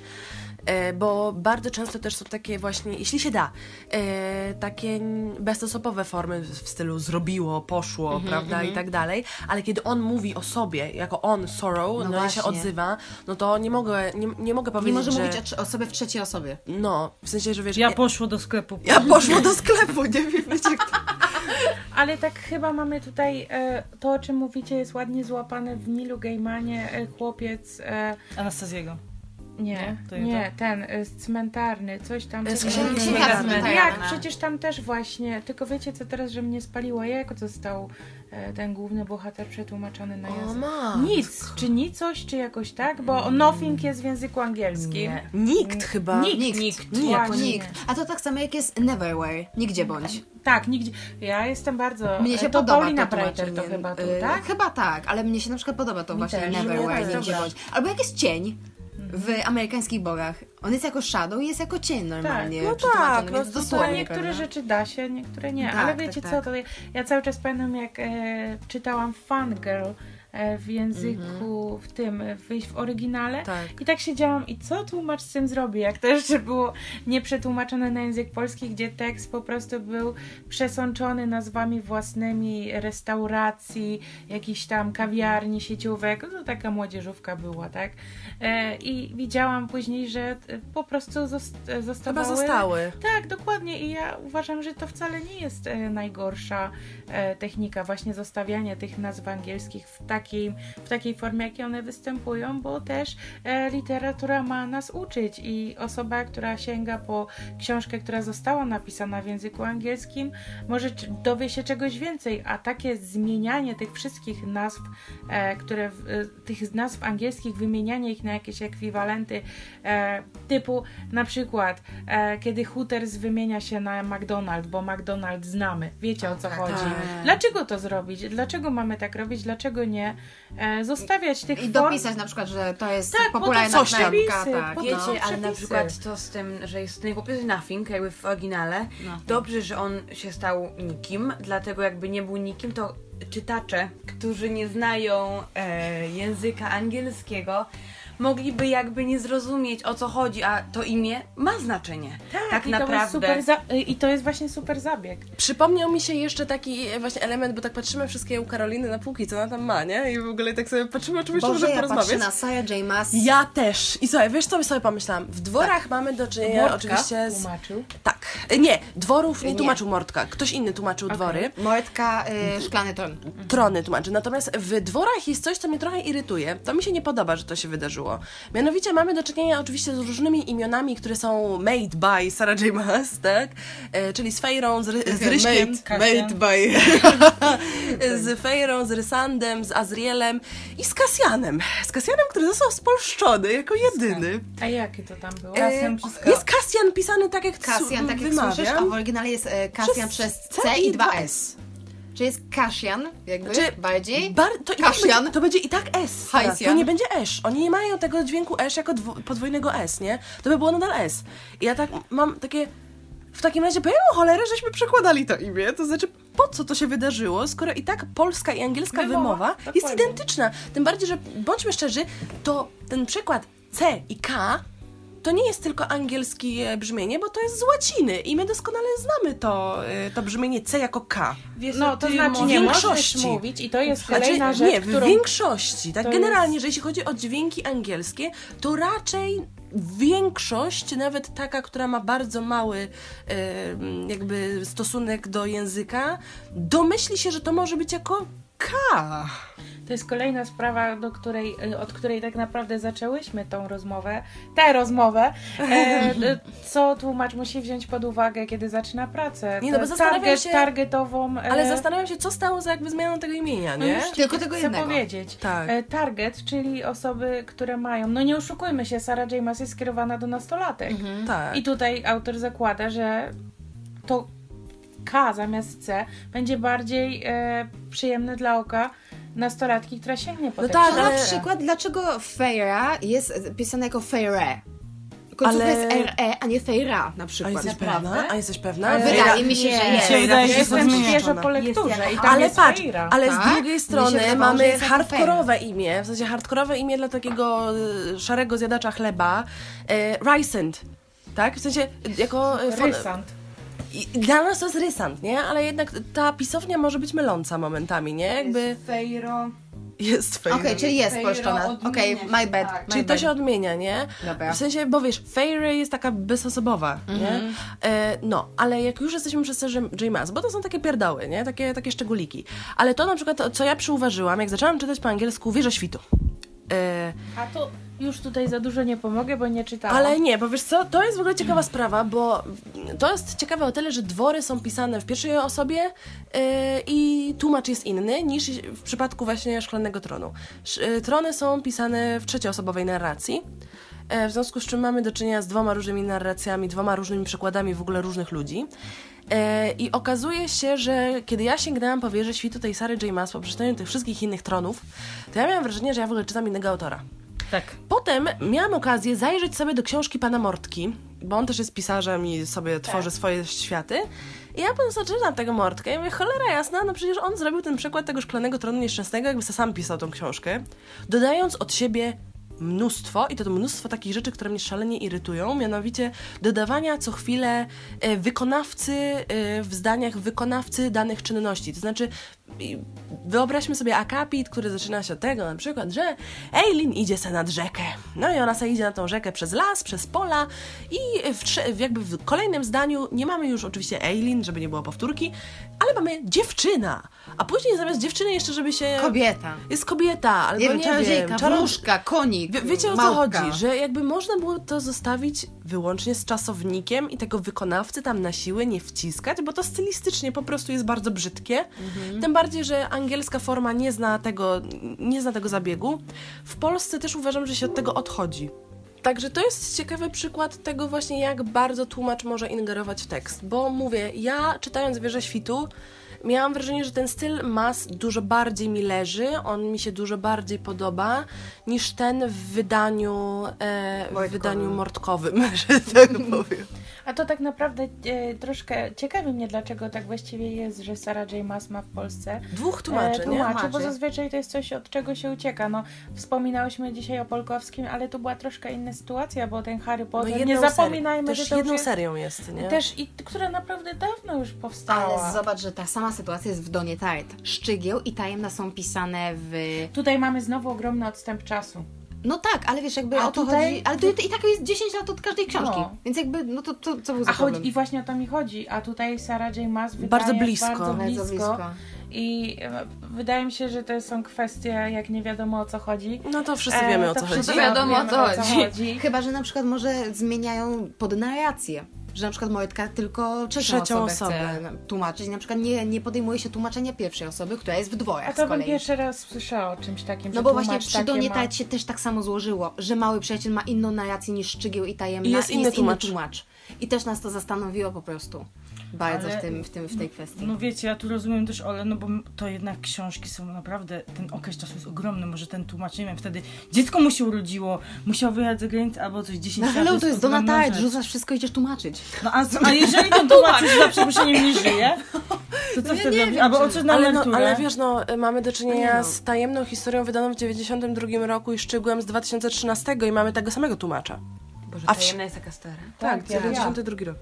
Bo bardzo często też są takie właśnie, jeśli się da, takie bezosobowe formy w stylu zrobiło, poszło, prawda, i tak dalej, ale kiedy on mówi o sobie, jako on, Sorrow, no i się odzywa, no to nie mogę powiedzieć, nie może że... mówić o sobie w trzeciej osobie. No, w sensie, że wiesz... Ja poszło do sklepu. Nie wiem, wiecie, Ale tak chyba mamy tutaj, to o czym mówicie jest ładnie złapane w Nilu Gaimanie, chłopiec... Anastazjego. Nie, ten cmentarny, coś tam. Jak? Przecież tam też właśnie, tylko wiecie co teraz, że mnie spaliło, jak został ten główny bohater przetłumaczony na język? Nic, czy nicoś, czy jakoś tak, bo nothing jest w języku angielskim. Nikt chyba. Nikt. A to tak samo jak jest neverwhere, nigdzie bądź. Tak, nigdzie. Ja jestem bardzo... Mnie się to podoba Paulina to Breiter to chyba tu, tak? Chyba tak, ale mnie się na przykład podoba to właśnie też. neverwhere, nigdzie bądź. Albo jak jest cień w amerykańskich bogach. On jest jako shadow i jest jako cień normalnie. Tak, przetłumaczony, no więc tak, dosłownie, niektóre prawda? rzeczy da się, niektóre nie. Tak, ale wiecie tak, co, tak. to ja cały czas pamiętam jak czytałam Fangirl w języku, w tym, wyjść w oryginale i tak siedziałam i co tłumacz z tym zrobi, jak to jeszcze było nieprzetłumaczone na język polski, gdzie tekst po prostu był przesączony nazwami własnymi restauracji, jakichś tam kawiarni, sieciówek, no taka młodzieżówka była, tak? I widziałam później, że po prostu zostały. Tak, dokładnie i ja uważam, że to wcale nie jest najgorsza technika, właśnie zostawianie tych nazw angielskich w takiej formie, jakiej one występują, bo też literatura ma nas uczyć i osoba, która sięga po książkę, która została napisana w języku angielskim, może dowie się czegoś więcej, a takie zmienianie tych wszystkich nazw, tych nazw angielskich, wymienianie ich na jakieś ekwiwalenty, typu na przykład, kiedy Hooters wymienia się na McDonald's, bo McDonald's znamy, wiecie o co chodzi. Dlaczego to zrobić? Dlaczego mamy tak robić? Dlaczego nie zostawiać tych I form? dopisać na przykład, że to jest Tak, popularna knajpka. tak. Wiecie, ale na przykład to z tym, że jest ten chłopiec nothing, jakby w oryginale, dobrze, że on się stał nikim, dlatego jakby nie był nikim, to czytacze, którzy nie znają języka angielskiego, mogliby jakby nie zrozumieć, o co chodzi, a to imię ma znaczenie. Tak i naprawdę. I to jest właśnie super zabieg. Przypomniał mi się jeszcze taki właśnie element, bo tak patrzymy wszystkie u Karoliny na półki, co ona tam ma, nie? I w ogóle tak sobie patrzymy, o czym jeszcze możemy porozmawiać. Patrzę na Sarah J. Maas. Ja też. I słuchaj, wiesz co sobie pomyślałam? W dworach mamy do czynienia Mordka oczywiście z... tłumaczył. Tak. Nie, dworów nie Nie. tłumaczył Mordka. Ktoś inny tłumaczył dwory. Mordka, Szklany Tron. Trony tłumaczy. Natomiast w dworach jest coś, co mnie trochę irytuje. To mi się nie podoba, że to się wydarzyło. Mianowicie mamy do czynienia oczywiście z różnymi imionami, które są made by Sarah J. Maas, tak? Czyli z Fejrą, z Ryśkiem. Made by. Z Fejrą, z Rysandem, z Azrielem i z Kasjanem. Z Kasjanem, który został spolszczony jako jedyny. A jakie to tam było? Jest Kasjan pisany tak, jak Kasjan, tak jak wymawiam. słyszysz, a w oryginale jest Kasjan przez C i 2S. Czy jest Kasjan, jakby, bardziej? Kasjan. To będzie i tak S. Hajsjan. To nie będzie esz. Oni nie mają tego dźwięku esz jako podwójnego S, nie? To by było nadal S. I ja tak mam takie... W takim razie, po jaką cholerę żeśmy przekładali to imię? To znaczy, po co to się wydarzyło, skoro i tak polska i angielska wymowa jest identyczna. Tym bardziej, że bądźmy szczerzy, to ten przykład C i K to nie jest tylko angielskie brzmienie, bo to jest z łaciny i my doskonale znamy to brzmienie C jako K. No, to znaczy nie możesz mówić i to jest kolejna rzecz, nie, w większości, tak generalnie, że jeśli chodzi o dźwięki angielskie, to raczej większość, nawet taka, która ma bardzo mały jakby stosunek do języka, domyśli się, że to może być jako K. To jest kolejna sprawa, od której tak naprawdę zaczęłyśmy tę rozmowę, co tłumacz musi wziąć pod uwagę, kiedy zaczyna pracę. Nie, no bo zastanawiam się, targetową. Ale zastanawiam się, co stało za jakby zmianą tego imienia, nie? No już tylko tego jednego. Chcę powiedzieć. Tak. Target, czyli osoby, które mają, no nie oszukujmy się, Sarah J. Maas jest skierowana do nastolatek. Tak. I tutaj autor zakłada, że to K zamiast C będzie bardziej przyjemne dla oka nastolatki, która sięgnie po tak, ale... Na przykład, dlaczego Fejra jest pisane jako Fejre? Końcówka jest RE, a nie Fejra na przykład. A jesteś pewna? Wydaje mi się, że jest. Wydaje się, że Jestem jest świeżo po lekturze i tam Ale jest patrz, Fejra. ale Tak? z drugiej strony Mi się wydawało, że mamy jest jako hardkorowe imię, w sensie hardkorowe imię dla takiego szarego zjadacza chleba, Rysand, tak? W sensie jako... Rysand. Dla nas to jest Rysand, nie? Ale jednak ta pisownia może być myląca momentami, nie? Jakby... Fejro. Jest Fejro. Okej, czyli jest spolszczona. Okej, my bad. Czyli to się odmienia, nie? Dobra. W sensie, bo wiesz, Fejry jest taka bezosobowa, nie? No, ale jak już jesteśmy przy Sarze J. Maas, bo to są takie pierdoły, nie? Takie szczególiki. Ale to na przykład, co ja przyuważyłam, jak zaczęłam czytać po angielsku Wieża Świtu. A to już tutaj za dużo nie pomogę, bo nie czytałam. Ale nie, bo wiesz co, to jest w ogóle ciekawa sprawa, bo to jest ciekawe o tyle, że dwory są pisane w pierwszej osobie i tłumacz jest inny niż w przypadku właśnie Szklanego Tronu. Trony są pisane w trzecioosobowej narracji, w związku z czym mamy do czynienia z dwoma różnymi narracjami, dwoma różnymi przekładami w ogóle różnych ludzi. I okazuje się, że kiedy ja sięgnęłam po Wieżę Świtu tej Sary J. Maas po przeczytaniu tych wszystkich innych tronów, to ja miałam wrażenie, że ja w ogóle czytam innego autora. Tak. Potem miałam okazję zajrzeć sobie do książki pana Mordki, bo on też jest pisarzem i sobie tworzy swoje światy. I ja po prostu czytam tego Mordkę i mówię, cholera jasna, no przecież on zrobił ten przykład tego Szklanego Tronu Nieszczęsnego, jakby sam pisał tą książkę, dodając od siebie mnóstwo, i to mnóstwo takich rzeczy, które mnie szalenie irytują, mianowicie dodawania co chwilę w zdaniach wykonawcy danych czynności. To znaczy, wyobraźmy sobie akapit, który zaczyna się od tego na przykład, że Eileen idzie se nad rzekę. No i ona se idzie na tą rzekę przez las, przez pola i jakby w kolejnym zdaniu nie mamy już oczywiście Eileen, żeby nie było powtórki, ale mamy dziewczyna. A później zamiast dziewczyny jeszcze, żeby się... Kobieta. Jest kobieta, albo nie wiem, czarodziejka, wróżka, konik, wiecie o co małpka. chodzi? Że jakby można było to zostawić wyłącznie z czasownikiem i tego wykonawcy tam na siłę nie wciskać, bo to stylistycznie po prostu jest bardzo brzydkie. Tym bardziej, że angielska forma nie zna tego zabiegu. W Polsce też uważam, że się od tego odchodzi. Także to jest ciekawy przykład tego właśnie, jak bardzo tłumacz może ingerować w tekst. Bo mówię, ja czytając Wieżę Świtu miałam wrażenie, że ten styl Maas dużo bardziej mi leży, on mi się dużo bardziej podoba niż ten w wydaniu mordkowym, że tak powiem. A to tak naprawdę troszkę ciekawi mnie, dlaczego tak właściwie jest, że Sarah J. Maas ma w Polsce 2 tłumaczy, nie? Bo zazwyczaj to jest coś, od czego się ucieka. No, wspominałyśmy dzisiaj o Polkowskim, ale to była troszkę inna sytuacja, bo ten Harry Potter, nie zapominajmy, że to jedną jest, serią jest, nie? Też która naprawdę dawno już powstała. Ale zobacz, że ta sama sytuacja jest w Donie Tart. Szczygieł i tajemna są pisane w... Tutaj mamy znowu ogromny odstęp czasu. No tak, ale wiesz, jakby A o to tutaj- chodzi... Ale to i tak jest 10 lat od każdej książki. No. Więc jakby, no to co był za problem? I właśnie o to mi chodzi. A tutaj Sarah J. Maas wydaje Bardzo blisko. Bardzo Bardzo blisko. I wydaje mi się, że to są kwestie, jak nie wiadomo o co chodzi. No to wszyscy wiemy, o co to chodzi. wszyscy Wiadomo, o wiemy, co chodzi. Chyba, że na przykład może zmieniają podnarrację. Że na przykład Mojtka tylko trzecią osobę chce tłumaczyć. Na przykład nie podejmuje się tłumaczenia pierwszej osoby, która jest w dworach A z to bym kolei. pierwszy raz słyszała o czymś takim, No że bo właśnie tłumacz przy takie Donie ma... Tart się też tak samo złożyło, że Mały Przyjaciel ma inną narrację niż Szczygieł i Tajemna I jest inny tłumacz. I też nas to zastanowiło po prostu bardzo Ale- w tej kwestii. No wiecie, ja tu rozumiem też Ole, no bo to jednak książki są naprawdę, ten okres czasu jest ogromny, może ten tłumacz, nie wiem, wtedy dziecko mu się urodziło, musiał wyjechać za granicę albo coś, 10 No lat. hello, to jest Dona ogromna Tart, rzecz. rzucasz wszystko i idziesz tłumaczyć. No a jeżeli ten tłumacz za przeproszeniem nie żyje, to co wtedy robi? Albo odszedł na emeryturę. Ale wiesz, mamy do czynienia No. z tajemną historią wydaną w 92 roku i Szczygłem z 2013 i mamy tego samego tłumacza. Boże, A tajemna jest taka stara. Tak, 92 rok.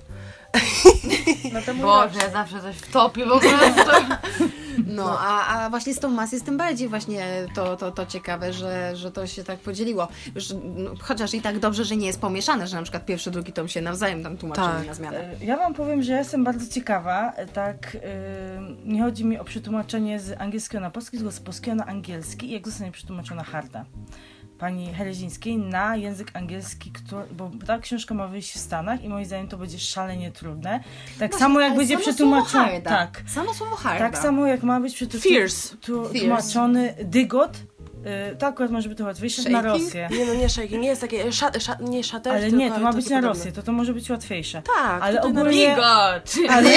No to mój Boże, ja zawsze coś wtopię po prostu. No, a właśnie z tą Maas jest tym bardziej właśnie to ciekawe, że to się tak podzieliło. Już, no, chociaż i tak dobrze, że nie jest pomieszane, że na przykład pierwszy, drugi tom się nawzajem tam tłumaczyli Tak. na zmianę. Ja wam powiem, że ja jestem bardzo ciekawa, tak, nie chodzi mi o przetłumaczenie z angielskiego na polski, tylko z polskiego na angielski i jak zostanie przetłumaczona Harta pani Herezińskiej na język angielski, bo ta książka ma wyjść w Stanach i moim zdaniem to będzie szalenie trudne. Tak Właśnie, samo jak ale będzie samo przetłumaczony. słowo harda. Tak. Samo słowo harda. Tak samo jak ma być Fierce. tłumaczony dygot, to akurat może być to łatwiejsze na Shaking? Rosję. Nie, no nie shaking, nie jest takie, nie shutter, Ale tylko nie, to ma być takie na podobne. Rosję, to może być łatwiejsze. Tak, Ale tutaj na ogólnie, Bigot!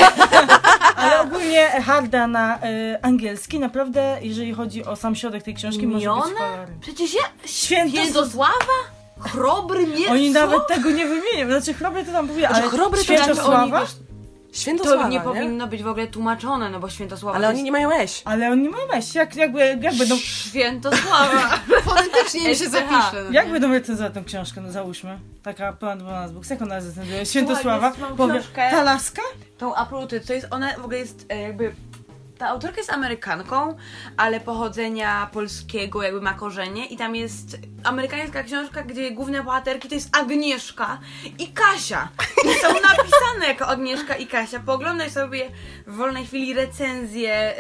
ale ogólnie Harda na angielski, naprawdę, jeżeli chodzi o sam środek tej książki, może być Miona? kolorem. Przecież ja... Świętosława? Chrobry nie Oni nawet tego nie wymienią. Znaczy chrobry to tam mówię, ale chrobry to Świętosława? Świętosława, To nie powinno być w ogóle tłumaczone, no bo Świętosława Ale to oni nie mają eś. Ale oni nie mają meść. Jak będą... Świętosława! Fonetycznie mi się SCH. zapisze. No. Jak będą recenzować tę książkę, no załóżmy. Taka plan do nas books. Jak ona recenzuje? Świętosława? Słuchaj, jest, mam Powie, książkę. ta laska? Tą Uprooted, to jest, ona w ogóle jest jakby... Ta autorka jest Amerykanką, ale pochodzenia polskiego jakby ma korzenie i tam jest amerykańska książka, gdzie główne bohaterki to jest Agnieszka i Kasia. I są napisane jako Agnieszka i Kasia. Pooglądaj sobie w wolnej chwili recenzje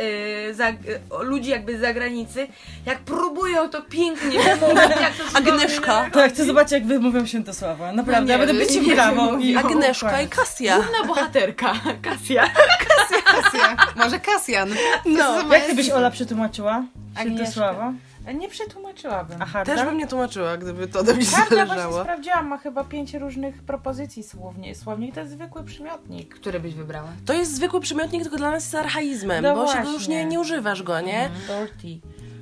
ludzi jakby z zagranicy, jak próbują to pięknie wymówić, jak to Agnieszka. To ja chcę zobaczyć, jak wymówią Świętosława. Naprawdę, nie ja będę wiem, być im nie brawo. wiem, i Agnieszka i Kasia. Główna bohaterka, Kasia. Kasja. Może Kasjan. No. Jak ty byś Ola przetłumaczyła? Agnieszka. Świętosława? Nie przetłumaczyłabym. A Harda? Też bym nie tłumaczyła, gdyby to ode mnie Harda właśnie zależało. sprawdziłam, ma chyba 5 różnych propozycji słownik. To jest zwykły przymiotnik. Który byś wybrała? To jest zwykły przymiotnik, tylko dla nas jest archaizmem, No bo się go właśnie. już nie używasz go, nie? Dirty.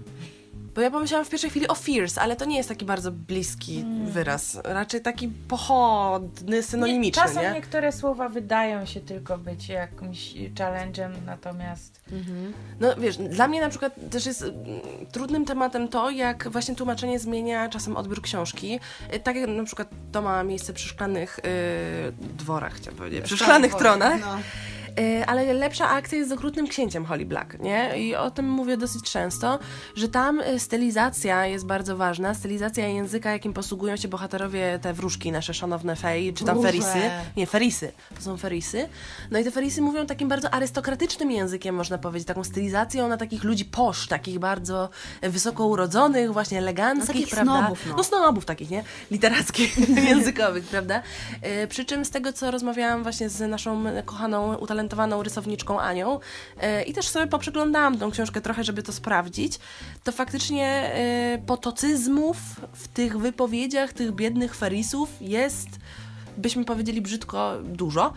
Bo ja pomyślałam w pierwszej chwili o fierce, ale to nie jest taki bardzo bliski wyraz. Raczej taki pochodny, synonimiczny, Czasem nie? niektóre słowa wydają się tylko być jakimś challenge'em, natomiast No wiesz, dla mnie na przykład też jest trudnym tematem to, jak właśnie tłumaczenie zmienia czasem odbiór książki. Tak jak na przykład to ma miejsce przy szklanych dworach, chciałam powiedzieć, przy szklanych tronach. No. Ale lepsza akcja jest z Okrutnym Księciem Holly Black, nie? I o tym mówię dosyć często, że tam stylizacja jest bardzo ważna, stylizacja języka, jakim posługują się bohaterowie, te wróżki, nasze szanowne fej, czy tam Wróże. ferisy. Nie, ferisy. To są ferisy. No i te ferisy mówią takim bardzo arystokratycznym językiem, można powiedzieć, taką stylizacją na takich ludzi posz, takich bardzo wysoko urodzonych, właśnie eleganckich, takich prawda? snobów, no. No snobów takich, nie? Literackich, językowych, prawda? Przy czym z tego, co rozmawiałam właśnie z naszą kochaną, utalentowaną rysowniczką Anią i też sobie poprzeglądałam tą książkę trochę, żeby to sprawdzić, to faktycznie potocyzmów w tych wypowiedziach tych biednych ferisów jest, byśmy powiedzieli brzydko, dużo.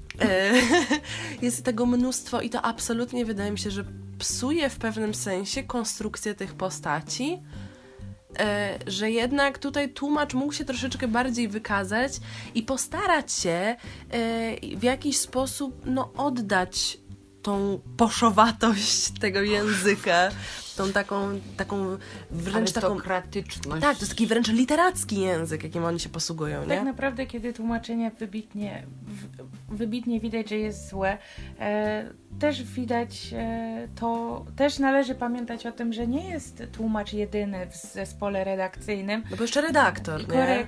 Jest tego mnóstwo i to absolutnie wydaje mi się, że psuje w pewnym sensie konstrukcję tych postaci. że jednak tutaj tłumacz mógł się troszeczkę bardziej wykazać i postarać się w jakiś sposób oddać tą poszowatość tego języka, tą taką wręcz arystokratyczność. Tak, to jest taki wręcz literacki język, jakim oni się posługują, nie? Tak naprawdę, kiedy tłumaczenie wybitnie widać, że jest złe, też widać też należy pamiętać o tym, że nie jest tłumacz jedyny w zespole redakcyjnym. No bo jeszcze redaktor, I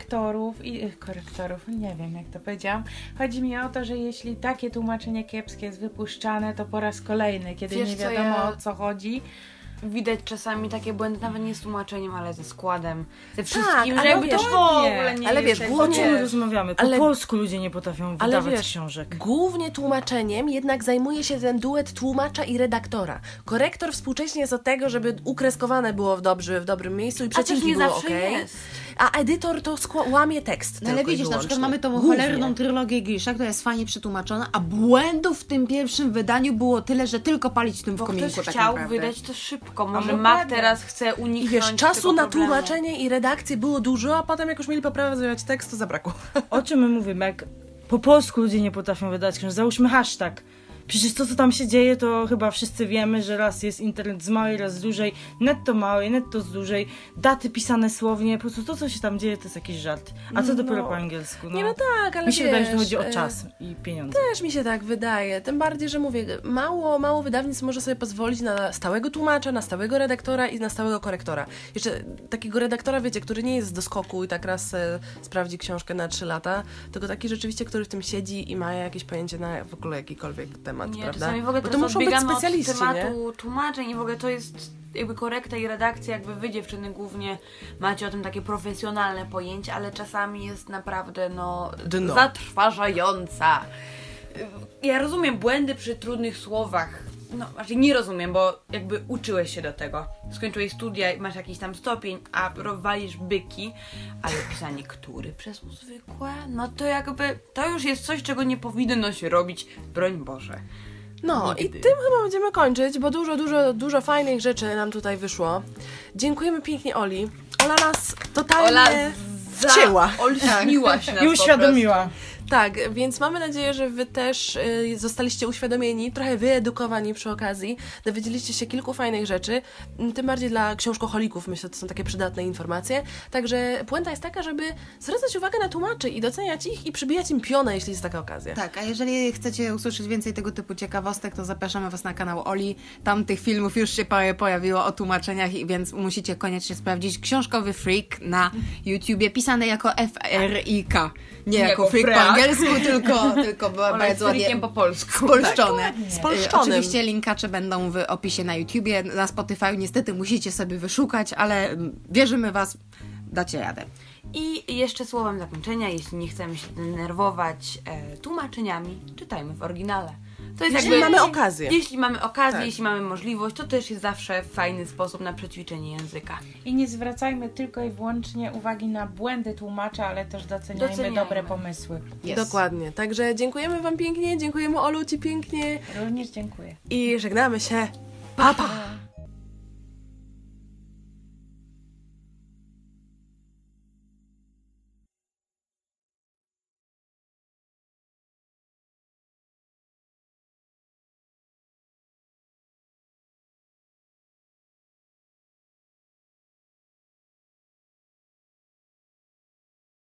korektorów, nie wiem jak to powiedziałam. Chodzi mi o to, że jeśli takie tłumaczenie kiepskie jest wypuszczane, to po raz kolejny, kiedy nie wiadomo o co chodzi. Widać czasami takie błędy, nawet nie z tłumaczeniem, ale ze składem, ze wszystkim, ale że jakby też w ogóle nie ale jest wiesz, O czym my rozmawiamy? Po polsku ludzie nie potrafią wydawać książek. Głównie tłumaczeniem jednak zajmuje się ten duet tłumacza i redaktora. Korektor współcześnie jest od tego, żeby ukreskowane było w dobrym miejscu i przecinki było okej. A edytor to łamie tekst. No ale widzisz, na przykład mamy tą cholerną trylogię Grisha, która jest fajnie przetłumaczona, a błędów w tym pierwszym wydaniu było tyle, że tylko palić tym w kominku ktoś tak chciał naprawdę. wydać to szybko. Może Mac teraz chce uniknąć I wiesz, czasu tego na problemu. tłumaczenie i redakcję było dużo, a potem jak już mieli poprawiać tekst, to zabrakło. O czym my mówimy? Jak po polsku ludzie nie potrafią wydać książek. Załóżmy hashtag. Przecież to, co tam się dzieje, to chyba wszyscy wiemy, że raz jest internet z małej, raz z dużej, netto małej, netto z dużej, daty pisane słownie, po prostu to, co się tam dzieje, to jest jakiś żart. A co dopiero po angielsku? Nie, no tak, ale mi się wydaje, że to wiesz, chodzi o czas i pieniądze. Też mi się tak wydaje. Tym bardziej, że mówię, mało wydawnictw może sobie pozwolić na stałego tłumacza, na stałego redaktora i na stałego korektora. Jeszcze takiego redaktora, wiecie, który nie jest do skoku i tak raz sprawdzi książkę na 3 lata, tylko taki rzeczywiście, który w tym siedzi i ma jakieś pojęcie na w ogóle jakikolwiek temat, Nie, prawda? czasami w ogóle Bo to to muszą być odbiegamy specjaliści, od tematu tłumaczeń i w ogóle to jest jakby korekta i redakcja, jakby wy dziewczyny głównie macie o tym takie profesjonalne pojęcie, ale czasami jest naprawdę Dno. zatrważająca. Ja rozumiem błędy przy trudnych słowach. Znaczy nie rozumiem, bo jakby uczyłeś się do tego. Skończyłeś studia i masz jakiś tam stopień, a walisz byki, ale pisanie który przez zwykłe? No to jakby, to już jest coś, czego nie powinno się robić, broń Boże. No Nigdy. i tym chyba będziemy kończyć, bo dużo fajnych rzeczy nam tutaj wyszło. Dziękujemy pięknie Oli. Ola nas totalnie wcięła. Olśniła się nas I uświadomiła. Tak, więc mamy nadzieję, że wy też zostaliście uświadomieni, trochę wyedukowani przy okazji, dowiedzieliście się kilku fajnych rzeczy, tym bardziej dla książkoholików, myślę, że to są takie przydatne informacje. Także puenta jest taka, żeby zwracać uwagę na tłumaczy i doceniać ich i przybijać im pionę, jeśli jest taka okazja. Tak, a jeżeli chcecie usłyszeć więcej tego typu ciekawostek, to zapraszamy was na kanał Oli. Tam tych filmów już się pojawiło o tłumaczeniach, więc musicie koniecznie sprawdzić Książkowy Freak na YouTubie, pisane jako F-R-I-K. Nie jako freak po angielsku, tylko bardzo ładnie po polsku. spolszczone. Spolszczonym. Oczywiście linkacze będą w opisie na YouTubie, na Spotify niestety musicie sobie wyszukać, ale wierzymy was, dacie radę. I jeszcze słowem zakończenia, jeśli nie chcemy się denerwować tłumaczeniami, czytajmy w oryginale. To jest Jeśli mamy okazję. Jeśli mamy okazję, Tak. jeśli mamy możliwość, to też jest zawsze fajny sposób na przećwiczenie języka. I nie zwracajmy tylko i wyłącznie uwagi na błędy tłumacza, ale też doceniajmy dobre pomysły. Yes. Dokładnie. Także dziękujemy wam pięknie, dziękujemy Olu ci pięknie Również dziękuję. i żegnamy się. Pa, pa!